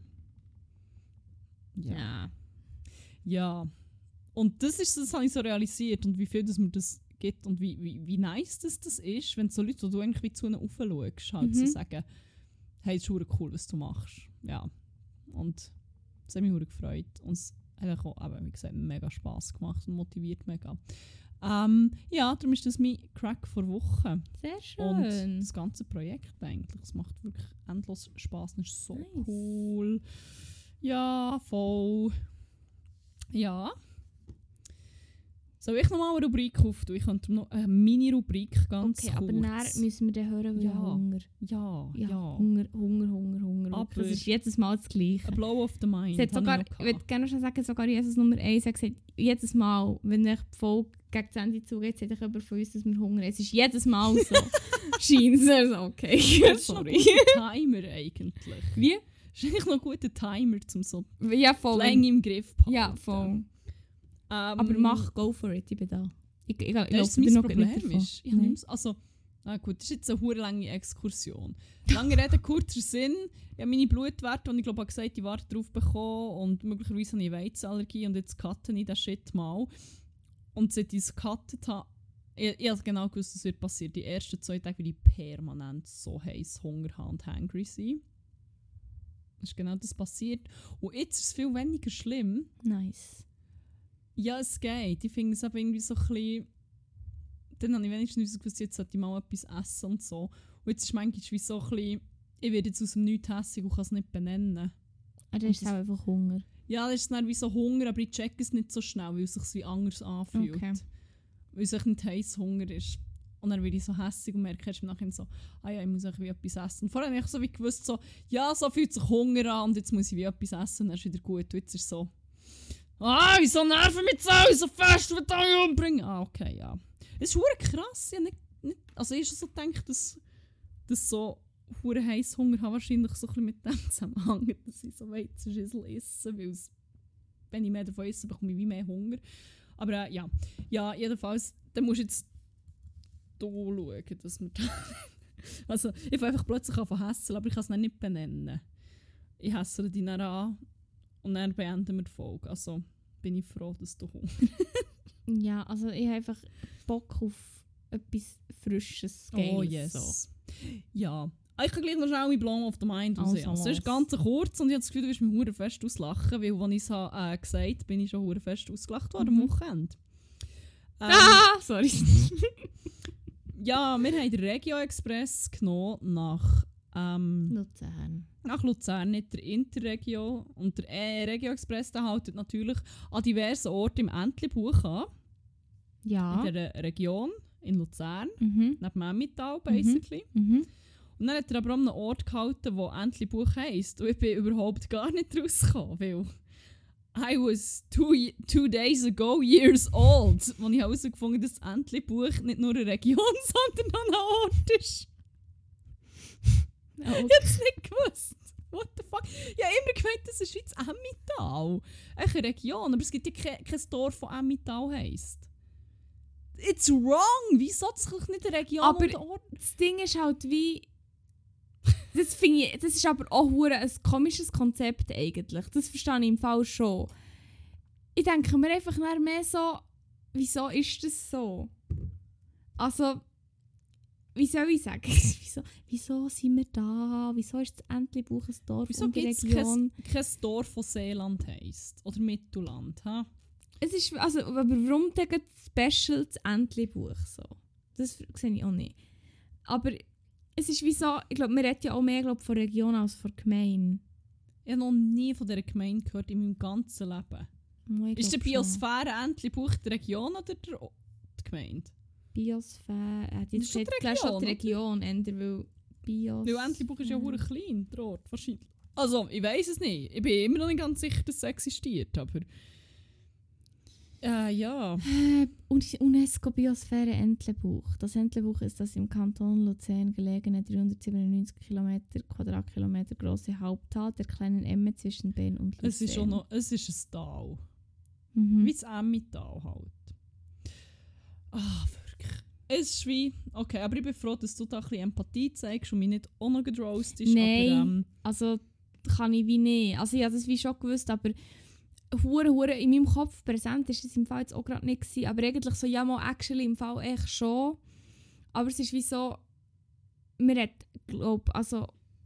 Ja. Ja. Ja. Und das ist das habe ich so realisiert und wie viel das mir das gibt und wie, wie, wie nice das, das ist, wenn so Leute, die du eigentlich wie zu ihnen aufschaust, halt Mhm. so sagen, hey, es ist verdammt cool, was du machst. Ja. Und das hat mich verdammt gefreut. Und es hat auch, eben, wie gesagt, mega Spass gemacht und motiviert mega. Ähm, ja, darum ist das mein Crack vor Woche. Sehr schön. Und das ganze Projekt eigentlich. Es macht wirklich endlos Spass und ist so Nice. cool. Ja, voll. Ja. Soll ich nochmal eine Rubrik auftun? Ich könnte noch eine Mini-Rubrik ganz okay, kurz. aber dann müssen wir dann hören, weil Ja. ich Hunger. Ja, Ja, ja. Hunger, Hunger, Hunger, Hunger. Aber- Das ist jedes Mal das Gleiche. A blow of the mind. Sie hat habe sogar, ich ich noch würde gehabt. gerne schon sagen, sogar Jesus Nummer eins hat gesagt, jedes Mal, wenn ich die Folge gegen das Ende zugeht, sagt ich jemand von uns, dass wir Hunger haben. Es ist jedes Mal so. Scheint es also okay. Das ist noch ein Sorry. guter Timer eigentlich. Wie? Das ist eigentlich noch ein guter Timer, um so Ja, die voll. Länge im Griff zu Ja, behalten. voll. Ähm, Aber mach, go for it, ich bin da. Ich, ich, ich, Das ich ist laufe dir mein noch Problem. nicht davon. Ist, ich Nein. nehm's- also, na gut, das ist jetzt eine hure lange Exkursion. Lange Rede, kurzer Sinn. Ich habe meine Blutwerte, die ich glaube ich gesagt die Warte drauf bekommen und möglicherweise habe ich Weizenallergie und jetzt cutte ich das Shit mal. Und seit ich es gecuttet habe, ich, ich habe genau gewusst, was wird passieren. Die ersten zwei Tage will ich permanent so heiß Hunger haben und hungry sein. Das ist genau das passiert. Und jetzt ist es viel weniger schlimm. Nice. Ja, es geht. Ich finde es aber irgendwie so ein bisschen... Dann habe ich wenigstens gewusst, jetzt sollte ich mal etwas essen und so. Und jetzt ist manchmal wie so ein bisschen... Ich werde jetzt aus dem Nichts hässig und kann es nicht benennen. Ah, dann Und ist es das- auch einfach Hunger. Ja, das ist dann wie so Hunger, aber ich check es nicht so schnell, weil es sich wie anders anfühlt. Okay. Weil es echt nicht heiß Hunger ist. Und dann werde ich so hässig und merke erst im Nachhinein so, ah ja, ich muss echt wie etwas essen. Und vorher habe ich so wie gewusst, so, ja, so fühlt sich Hunger an und jetzt muss ich wie etwas essen und dann ist wieder gut. Und jetzt ist es so, ah, wieso nerven mich so, so fest, was ich umbringen? Ah, okay, ja. Es ist verdammt krass. Ich habe nicht, nicht, also ich habe schon so gedacht, dass, dass so hure heiß Hunger habe wahrscheinlich so ein bisschen mit dem zusammenhängt, dass ich so Weizenschüssel esse, weil es, wenn ich mehr davon esse, bekomme ich wie mehr Hunger. Aber äh, ja, ja, jedenfalls, dann musst du jetzt hier schauen, dass wir da also, ich fange einfach plötzlich an zu hässeln, aber ich kann es dann nicht benennen. Ich hässle die dann an und dann beenden wir die Folge. Also bin ich froh, dass du Hunger Ja, also ich habe einfach Bock auf etwas Frisches, Geiles. Oh yes. So. Ja. Ah, ich kann gleich noch schnell mein Blow of the Mind Also, rausnehmen. Also, es ist los. ganz kurz und ich habe das Gefühl, du wirst mich hure fest auslachen, weil, als ich es habe, äh, gesagt habe, bin ich schon hure fest ausgelacht worden Mhm. am Wochenende. Ähm, Ah, sorry. Ja, wir haben den Regio Express genommen nach, ähm, Luzern. nach Luzern, nicht der Interregio. Und der äh, Regio Express der haltet natürlich an diversen Orten im Entlebuch an, Ja. in der Region, in Luzern, Mhm. neben dem Emmental basically. Mhm. Und dann hat er aber an einem Ort gehalten, wo Entlebuch heisst. Und ich bin überhaupt gar nicht rausgekommen, weil I was two, ye- two days ago years old, als ich herausgefunden habe, dass Entlebuch nicht nur eine Region, sondern auch ein Ort ist. Oh, Ich habe es nicht gewusst. What the fuck? Ich habe immer gemeint, das ist wie das Emmental. Echt eine Region, aber es gibt ja kein, kein Dorf, das Emmental heisst. It's wrong! Wieso hat sich nicht eine Region Aber- und Ort? das Ding ist halt wie... Das finde ich, das ist aber auch hure ein komisches Konzept eigentlich. Das verstehe ich im Fall schon. Ich denke mir einfach nachher mehr so, wieso ist das so? Also, wie soll ich sagen? wieso, wieso sind wir da? Wieso ist das Entlebuch ein Dorf Wieso und eine gibt es Region? kein, kein Dorf, das Seeland heisst? Oder Mittelland? Ha? Es ist, also, aber warum denn gerade Special das Entlebuch so? Das sehe ich auch nicht. Aber es ist wie so, ich glaube, wir reden ja auch mehr glaub, von Region als von Gemeinde. Ich habe noch nie von dieser Gemeinde gehört in meinem ganzen Leben. Oh, ich Ist die glaub schon. Biosphäre Entlebuch die Region oder der O- die Gemeinde? Biosphäre. Er hat Das ist jetzt schon die gesagt, schon die Region, Region, ändern, weil Bios... Weil Entlebuch ist ja hure klein, der Ort, wahrscheinlich. Also, ich weiss es nicht. Ich bin immer noch nicht ganz sicher, dass es existiert, aber... Äh, ja. Äh, UNESCO-Biosphäre Entlebuch. Das Entlebuch ist das im Kanton Luzern gelegene dreihundertsiebenundneunzig Kilometer Quadratkilometer große Haupttal der kleinen Emme zwischen Bern und Luzern. Es ist schon noch... Es ist ein Tal. Mhm. Wie das Emmental halt. Ah, wirklich. Es ist wie... Okay, aber ich bin froh, dass du da ein bisschen Empathie zeigst und mich nicht auch noch gedroustest. Nein, aber, ähm, also kann ich wie nicht. Also ich habe das wie schon gewusst, aber hure hure in meinem Kopf präsent ist es im Fall jetzt auch gerade nicht gewesen. Aber eigentlich so, ja mal actually im Fall echt schon. Aber es ist wie so, man hat, glaub, also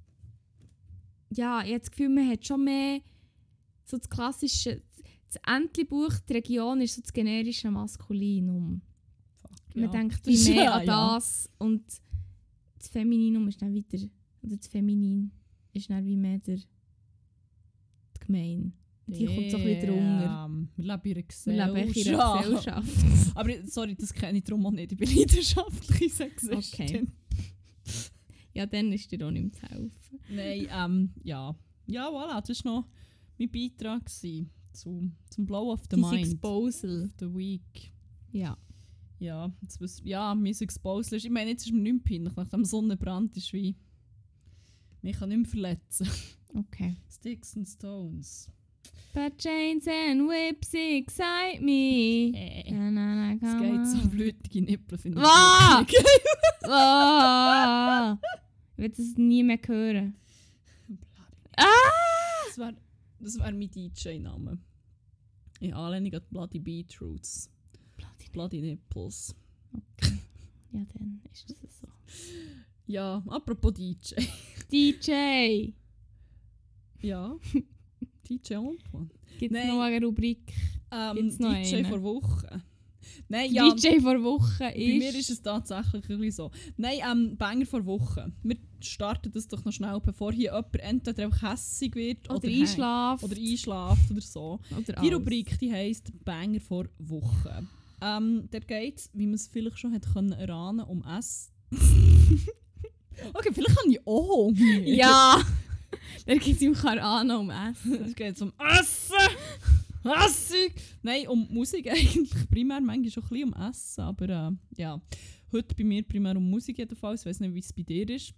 ja, ich habe das Gefühl, man hat schon mehr so das klassische, das Entlebuch, die Region ist so das generische Maskulinum. Man ja. denkt wie mehr Ja, an ja. das und das Femininum ist dann wieder, oder das Feminin ist dann wie mehr der die Gemeinde. Die kommt so ein bisschen drunter. Ähm, wir leben in einer Wir Gesellschaft. leben echt in einer Gesellschaft. Aber ich- sorry, das kenne ich darum auch nicht. Ich bin leidenschaftliche Sexistin. Okay. Ja, dann ist dir auch nicht mehr zu helfen. Nein, ähm, ja. Ja, voilà, das war noch mein Beitrag gewesen zu, zum Blow of the Dein Mind. Exposal. Of the Week. Ja. Ja, jetzt, wiss- ja, mein Exposal ist... Ich meine, jetzt ist mir nicht mehr peinlich. Nach dem Sonnenbrand ist wie... Mich kann nicht mehr verletzen. Okay. Sticks and Stones. But chains and whips excite me. Äh. Na, na, na, Es come geht so on. blutige Nippel, finde ich. Ah! wirklich geil. Ah! Ich will das nie mehr hören. Ah! Das wäre das wär mein D J-Name. In Anlehnung an die Bloody Beetroots. Bloody Nipples. Ja, dann ist das so. Ja, apropos D J. D J! Ja. D J Antoine. Gibt es Nein. noch eine Rubrik? Ähm, Gibt's noch D J einen? vor Woche. Nein, ja. D J vor Woche Bei ist... mir ist es tatsächlich ein bisschen so. Nein, ähm, Banger vor Woche. Wir starten das doch noch schnell, bevor hier jemand entweder einfach hässig wird Oder oder, einschlaft. oder einschlaft oder so. Oder Die alles. Rubrik die heisst Banger vor Woche. Ähm, der geht, wie man es vielleicht schon hat können erahnen, um Essen. Okay, vielleicht habe ich auch Hunger. Ja! Da geht es im Karano um Essen. Es geht um Essen! Essen! Nein, um Musik eigentlich. Primär manchmal schon ein bisschen um Essen. Aber äh, ja, heute bei mir primär um Musik jedenfalls. Ich weiß nicht, wie es bei dir ist.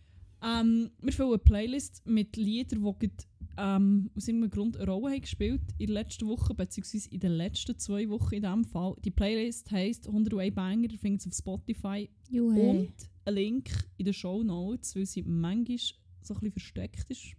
Ähm, wir füllen eine Playlist mit Liedern, die gerade, ähm, aus irgendeinem Grund eine Rolle haben gespielt in der letzten Woche, beziehungsweise in den letzten zwei Wochen in diesem Fall. Die Playlist heisst hunderteins Banger, ihr findet es auf Spotify. Juhe. Und ein Link in den Shownotes, weil sie manchmal so ein bisschen versteckt ist.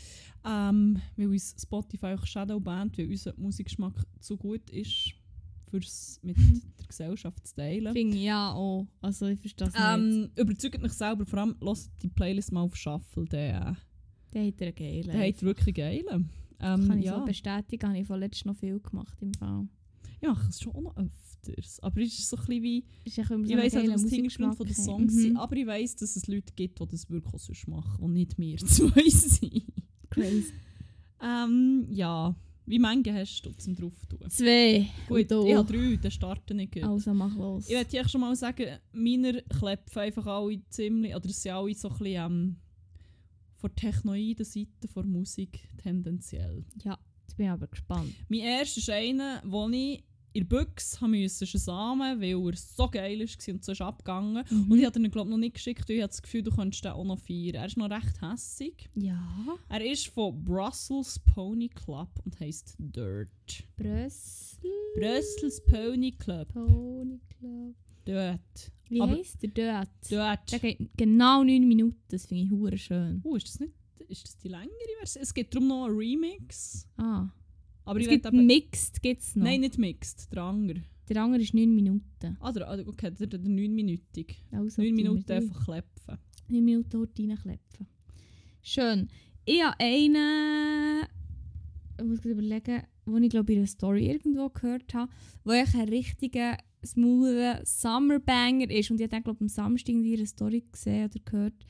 Ähm, weil uns Spotify auch Shadowband, weil unser Musikgeschmack zu gut ist, fürs mit der Gesellschaft zu teilen. Finde ich ja auch. Also ich verstehe das nicht. Ähm, überzeugt mich selber, vor allem hört die Playlist mal auf Shuffle, der, Der hat einen geilen. der hat wirklich geile. Ähm, Kann ich ja. so bestätigen, habe ich vorletzt noch viel gemacht im Fall. Ja, es ist schon auch noch öfters. Aber es ist so ein bisschen wie... Ist ja immer so Ich weiss ein auch, geiler was die Hintergründe Musikgeschmack von den haben. Songs Mhm. sind, aber ich weiss, dass es Leute gibt, die das wirklich auch sonst machen und nicht wir zwei sind. Crazy. Ähm, ja. Wie viele hast du zum drauf tun? Zwei. Gut, Und ich du? habe drei, dann starten nicht gut. Also mach los. Ich möchte schon mal sagen, meine klepfen einfach alle ziemlich, oder es sind alle so ein bisschen ähm, von der technoiden Seite der Musik tendenziell. Ja, jetzt bin ich aber gespannt. Mein erster ist einer, den ich in der Büchse musste shazamen, weil er so geil war und so ist abgegangen. Mhm. Und ich habe ihn glaub, noch nicht geschickt, weil ich habe das Gefühl, du könntest den auch noch feiern. Er ist noch recht hässig. Ja. Er ist von Brussels Pony Club und heisst Dirt. Brüssel. Brussels Pony Club. Pony Club. Dort. Wie Aber- heisst der dort? Dort. Der geht genau neun Minuten. Das finde ich hure schön. Oh, ist das nicht ist das die längere Version? Es gibt darum noch einen Remix. Ah. Aber Es ich gibt will eben... Mixed gibt's noch. Nein, nicht mixed. Der andere. Der andere ist neun Minuten. Ah, der, ah, okay, der, der neun-minütig. Also, neun tun wir Minuten durch. einfach klepfen. neun Minuten dort reinklepfen. Schön. Ich habe einen, ich muss gerade überlegen, wo ich glaube in einer Story irgendwo gehört habe, wo ich ein richtiger smoother Summerbanger ist. Und ich habe dann glaube am Samstag in ihrer Story gesehen oder gehört.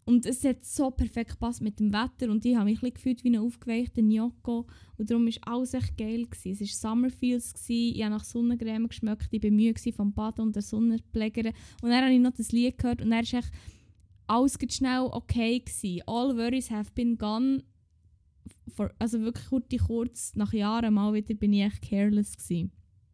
Und es hat so perfekt gepasst mit dem Wetter und ich habe mich ein bisschen gefühlt wie ein aufgeweichter Gnocco. Und darum war alles echt geil gewesen. Es war Summerfields, gewesen. Ich habe nach Sonnencreme geschmeckt, ich war müde vom Baden und der Sonnenpflegerin. Und dann habe ich noch das Lied gehört und dann war echt alles ganz schnell okay gewesen. All worries have been gone. For, also wirklich kurz, kurz nach Jahren mal wieder bin ich echt careless gewesen.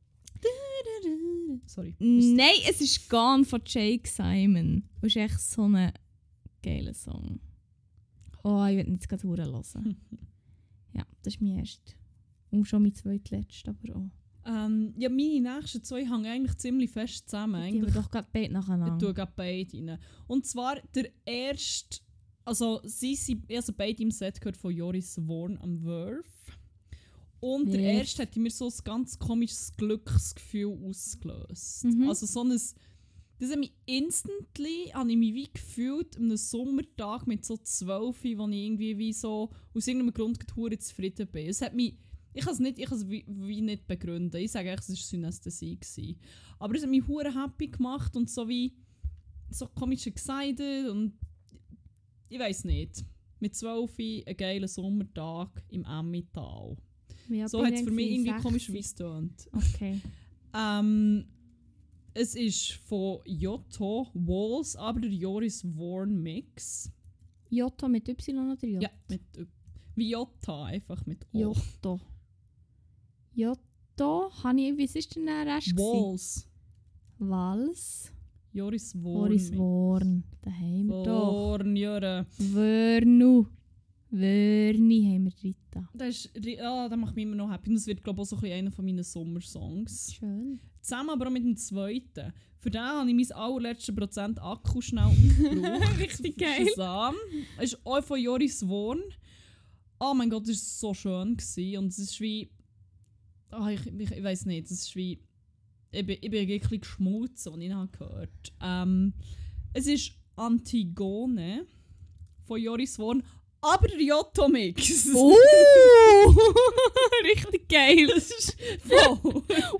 Sorry. Nein, es ist Gone von Jake Simon. Das ist echt so ein geiler Song. Oh, ich will ihn jetzt gerade hören. Ja, das ist mein erster. Und schon mein zweitletzter, aber auch. Ähm, ja, meine nächsten zwei hängen eigentlich ziemlich fest zusammen. Die Eigentlich, haben wir doch gerade beide nacheinander. ich tue gerade beide rein. Und zwar der erste, also sie sind also beide im Set gehört von Joris Voorn am Verve. Und der Ja. erste hat in mir so ein ganz komisches Glücksgefühl ausgelöst. Mhm. Also so ein, das hat mich instantly, habe ich mich wie gefühlt, an einem Sommertag mit so zwölf, wo ich irgendwie wie so aus irgendeinem Grund verdammt zufrieden bin. Es hat mich, ich kann es nicht, ich kann es wie, wie nicht begründen. Ich sage eigentlich, es war Synästhesie gewesen. Aber es hat mich hure happy gemacht und so wie so komisch excited und ich weiß nicht. Mit zwölf einen geilen Sommertag im Emmental. Ja, So bin hat es für mich irgendwie sechzig. komischerweise getönt. Okay. Ähm, es ist von Jotto Walls, aber der Joris Voorn Mix. Jotto mit Y oder J? Ja, mit Ö- wie Jota, einfach mit O. Jotto. Jotto, habe ich, wie ist denn der Rest? gewesen? Walls. Wals. Joris Voorn. Boris Mix. Worn. Da haben wir doch. Voorn, Jure. Wörnu. Wörni haben wir drin. Das, ist, ri- ah, das macht mich immer noch happy. Und das wird, glaube ich, auch so ein bisschen einer von meinen Sommersongs. Schön. Zusammen aber auch mit dem zweiten. Für den habe ich mein allerletztes Prozent Akku schnell aufgebraucht. Richtig geil. Shazam. Es ist auch von Joris Voorn. Oh mein Gott, das war so schön. Gewesen. Und es ist wie... Oh, ich ich, ich weiß nicht, es ist wie... Ich bin, ich bin ein bisschen geschmolzen, als ich ihn habe gehört ähm, Es ist Antigone von Joris Voorn. Aber der Jotto-Mix. Oh! Richtig geil. Das ist voll.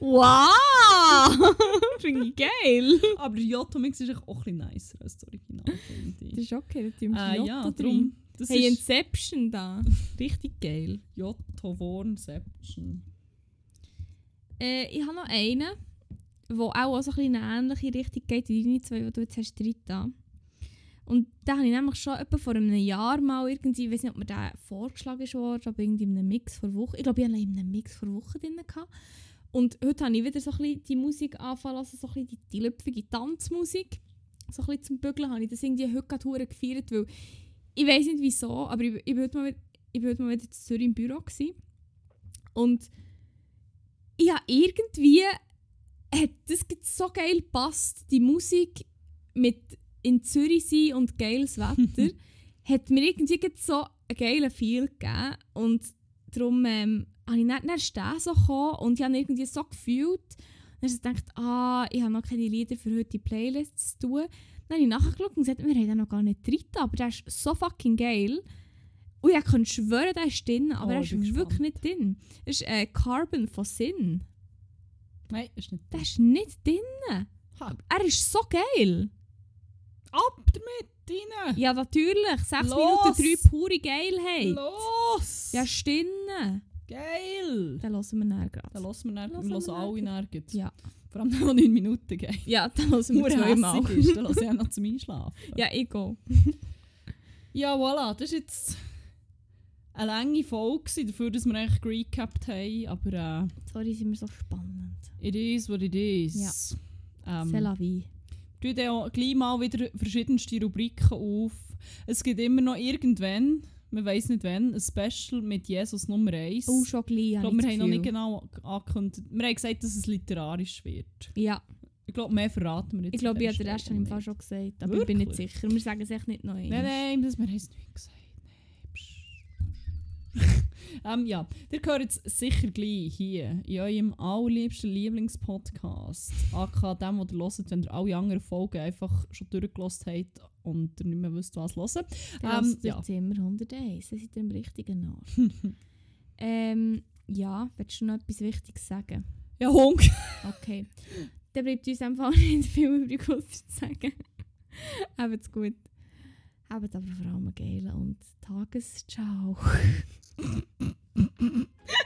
Wow! Finde ich geil. Aber der Jotto-Mix ist echt auch ein bisschen nicer als das Original, finde Das ich. ist okay, da tun wir Äh, Jotto ja, drin. darum. Das Hey, ist Inception da. Richtig geil. Jotto Voornception. Äh, ich habe noch einen, der auch so ein bisschen in eine ähnliche Richtung geht wie deine zwei, die du jetzt hast drin da. Und da habe ich nämlich schon etwa vor einem Jahr mal irgendwie, ich weiß nicht, ob mir der vorgeschlagen wurde, aber irgendwie in einem Mix vor Wochen. Ich glaube, ich hatte ihn in einem Mix vor Wochen drin. Gehabt. Und heute habe ich wieder so ein bisschen die Musik anfangen lassen, so ein bisschen die, die lüpfige Tanzmusik. So ein bisschen zum Bügeln habe ich das irgendwie heute gerade verdammt gefeiert, weil ich weiß nicht wieso, aber ich, ich war heute mal, wieder- ich war heute mal wieder in Zürich im Büro gewesen. Und ich habe irgendwie, hat das so geil gepasst, die Musik mit in Zürich sein und geiles Wetter, hat mir irgendwie gerade so einen geilen Feel gegeben. Und darum ähm, habe ich dann, dann ist der so gekommen und ich habe ihn irgendwie so gefühlt. Dann habe ich gedacht, ah, ich habe noch keine Lieder für heute die Playlists zu tun. Dann habe ich nachgeschaut und gesagt, wir haben den noch gar nicht drin, aber der ist so fucking geil. Und ich kann schwören, der ist drin, aber Oh, er ich ist bin wirklich gespannt. nicht drin. Das ist äh, Carbon von Sin. Nein, ist nicht. Der ist nicht drin. Ha. Er ist so geil. Ab damit rein! Ja, natürlich. sechs Los! Minuten drei pure Geilheit. Los! Ja, stimmt. Geil! Den hören wir näher gerade. Dann hören wir dann, Hören wir wir hören alle nirgends. Ja. Vor allem, wenn neun Minuten gehen. Ja, den hören wir Nur zweimal. hässig ist, dann hören wir auch noch zum Einschlafen. Ja, ich gehe. Ja, voilà, das ist jetzt eine lange Folge gewesen, dafür, dass wir eigentlich gerecapt haben, aber äh, Sorry, sind wir so spannend. it is what it is. Ja. Ähm, C'est la vie. tue dann auch gleich mal wieder verschiedenste Rubriken auf. Es gibt immer noch irgendwann, man weiss nicht wann, ein Special mit Jesus Nummer eins. Oh, schon gleich. ich habe glaube, wir das haben noch nicht Gefühl. genau angekündigt. Wir haben gesagt, dass es literarisch wird. Ja, Ich glaube, mehr verraten wir jetzt. ich glaube, an ja, dieser den Rest Stelle habe ich im Fall nicht. schon gesagt. Aber ich bin nicht Wirklich? sicher. Wir sagen es echt nicht noch einmal. Nein, nein, das, wir haben es nicht gesagt. Nein, psch. ähm, ja, ihr hört jetzt sicher gleich hier in eurem allerliebsten Lieblingspodcast. A K dem, was ihr hört, wenn ihr alle anderen Folgen einfach schon durchgelassen habt und ihr nicht mehr wisst, was hören. Dann Ähm, ähm, ja. ja. Zimmer hunderteins. Das seid ihr im richtigen Ort. ähm, ja, willst du noch etwas Wichtiges sagen? Ja, Hunk. Okay. Dann bleibt uns einfach nicht viel übrig, was zu sagen. Habt's gut. aber aber vor allem einen geilen und Tagesciao.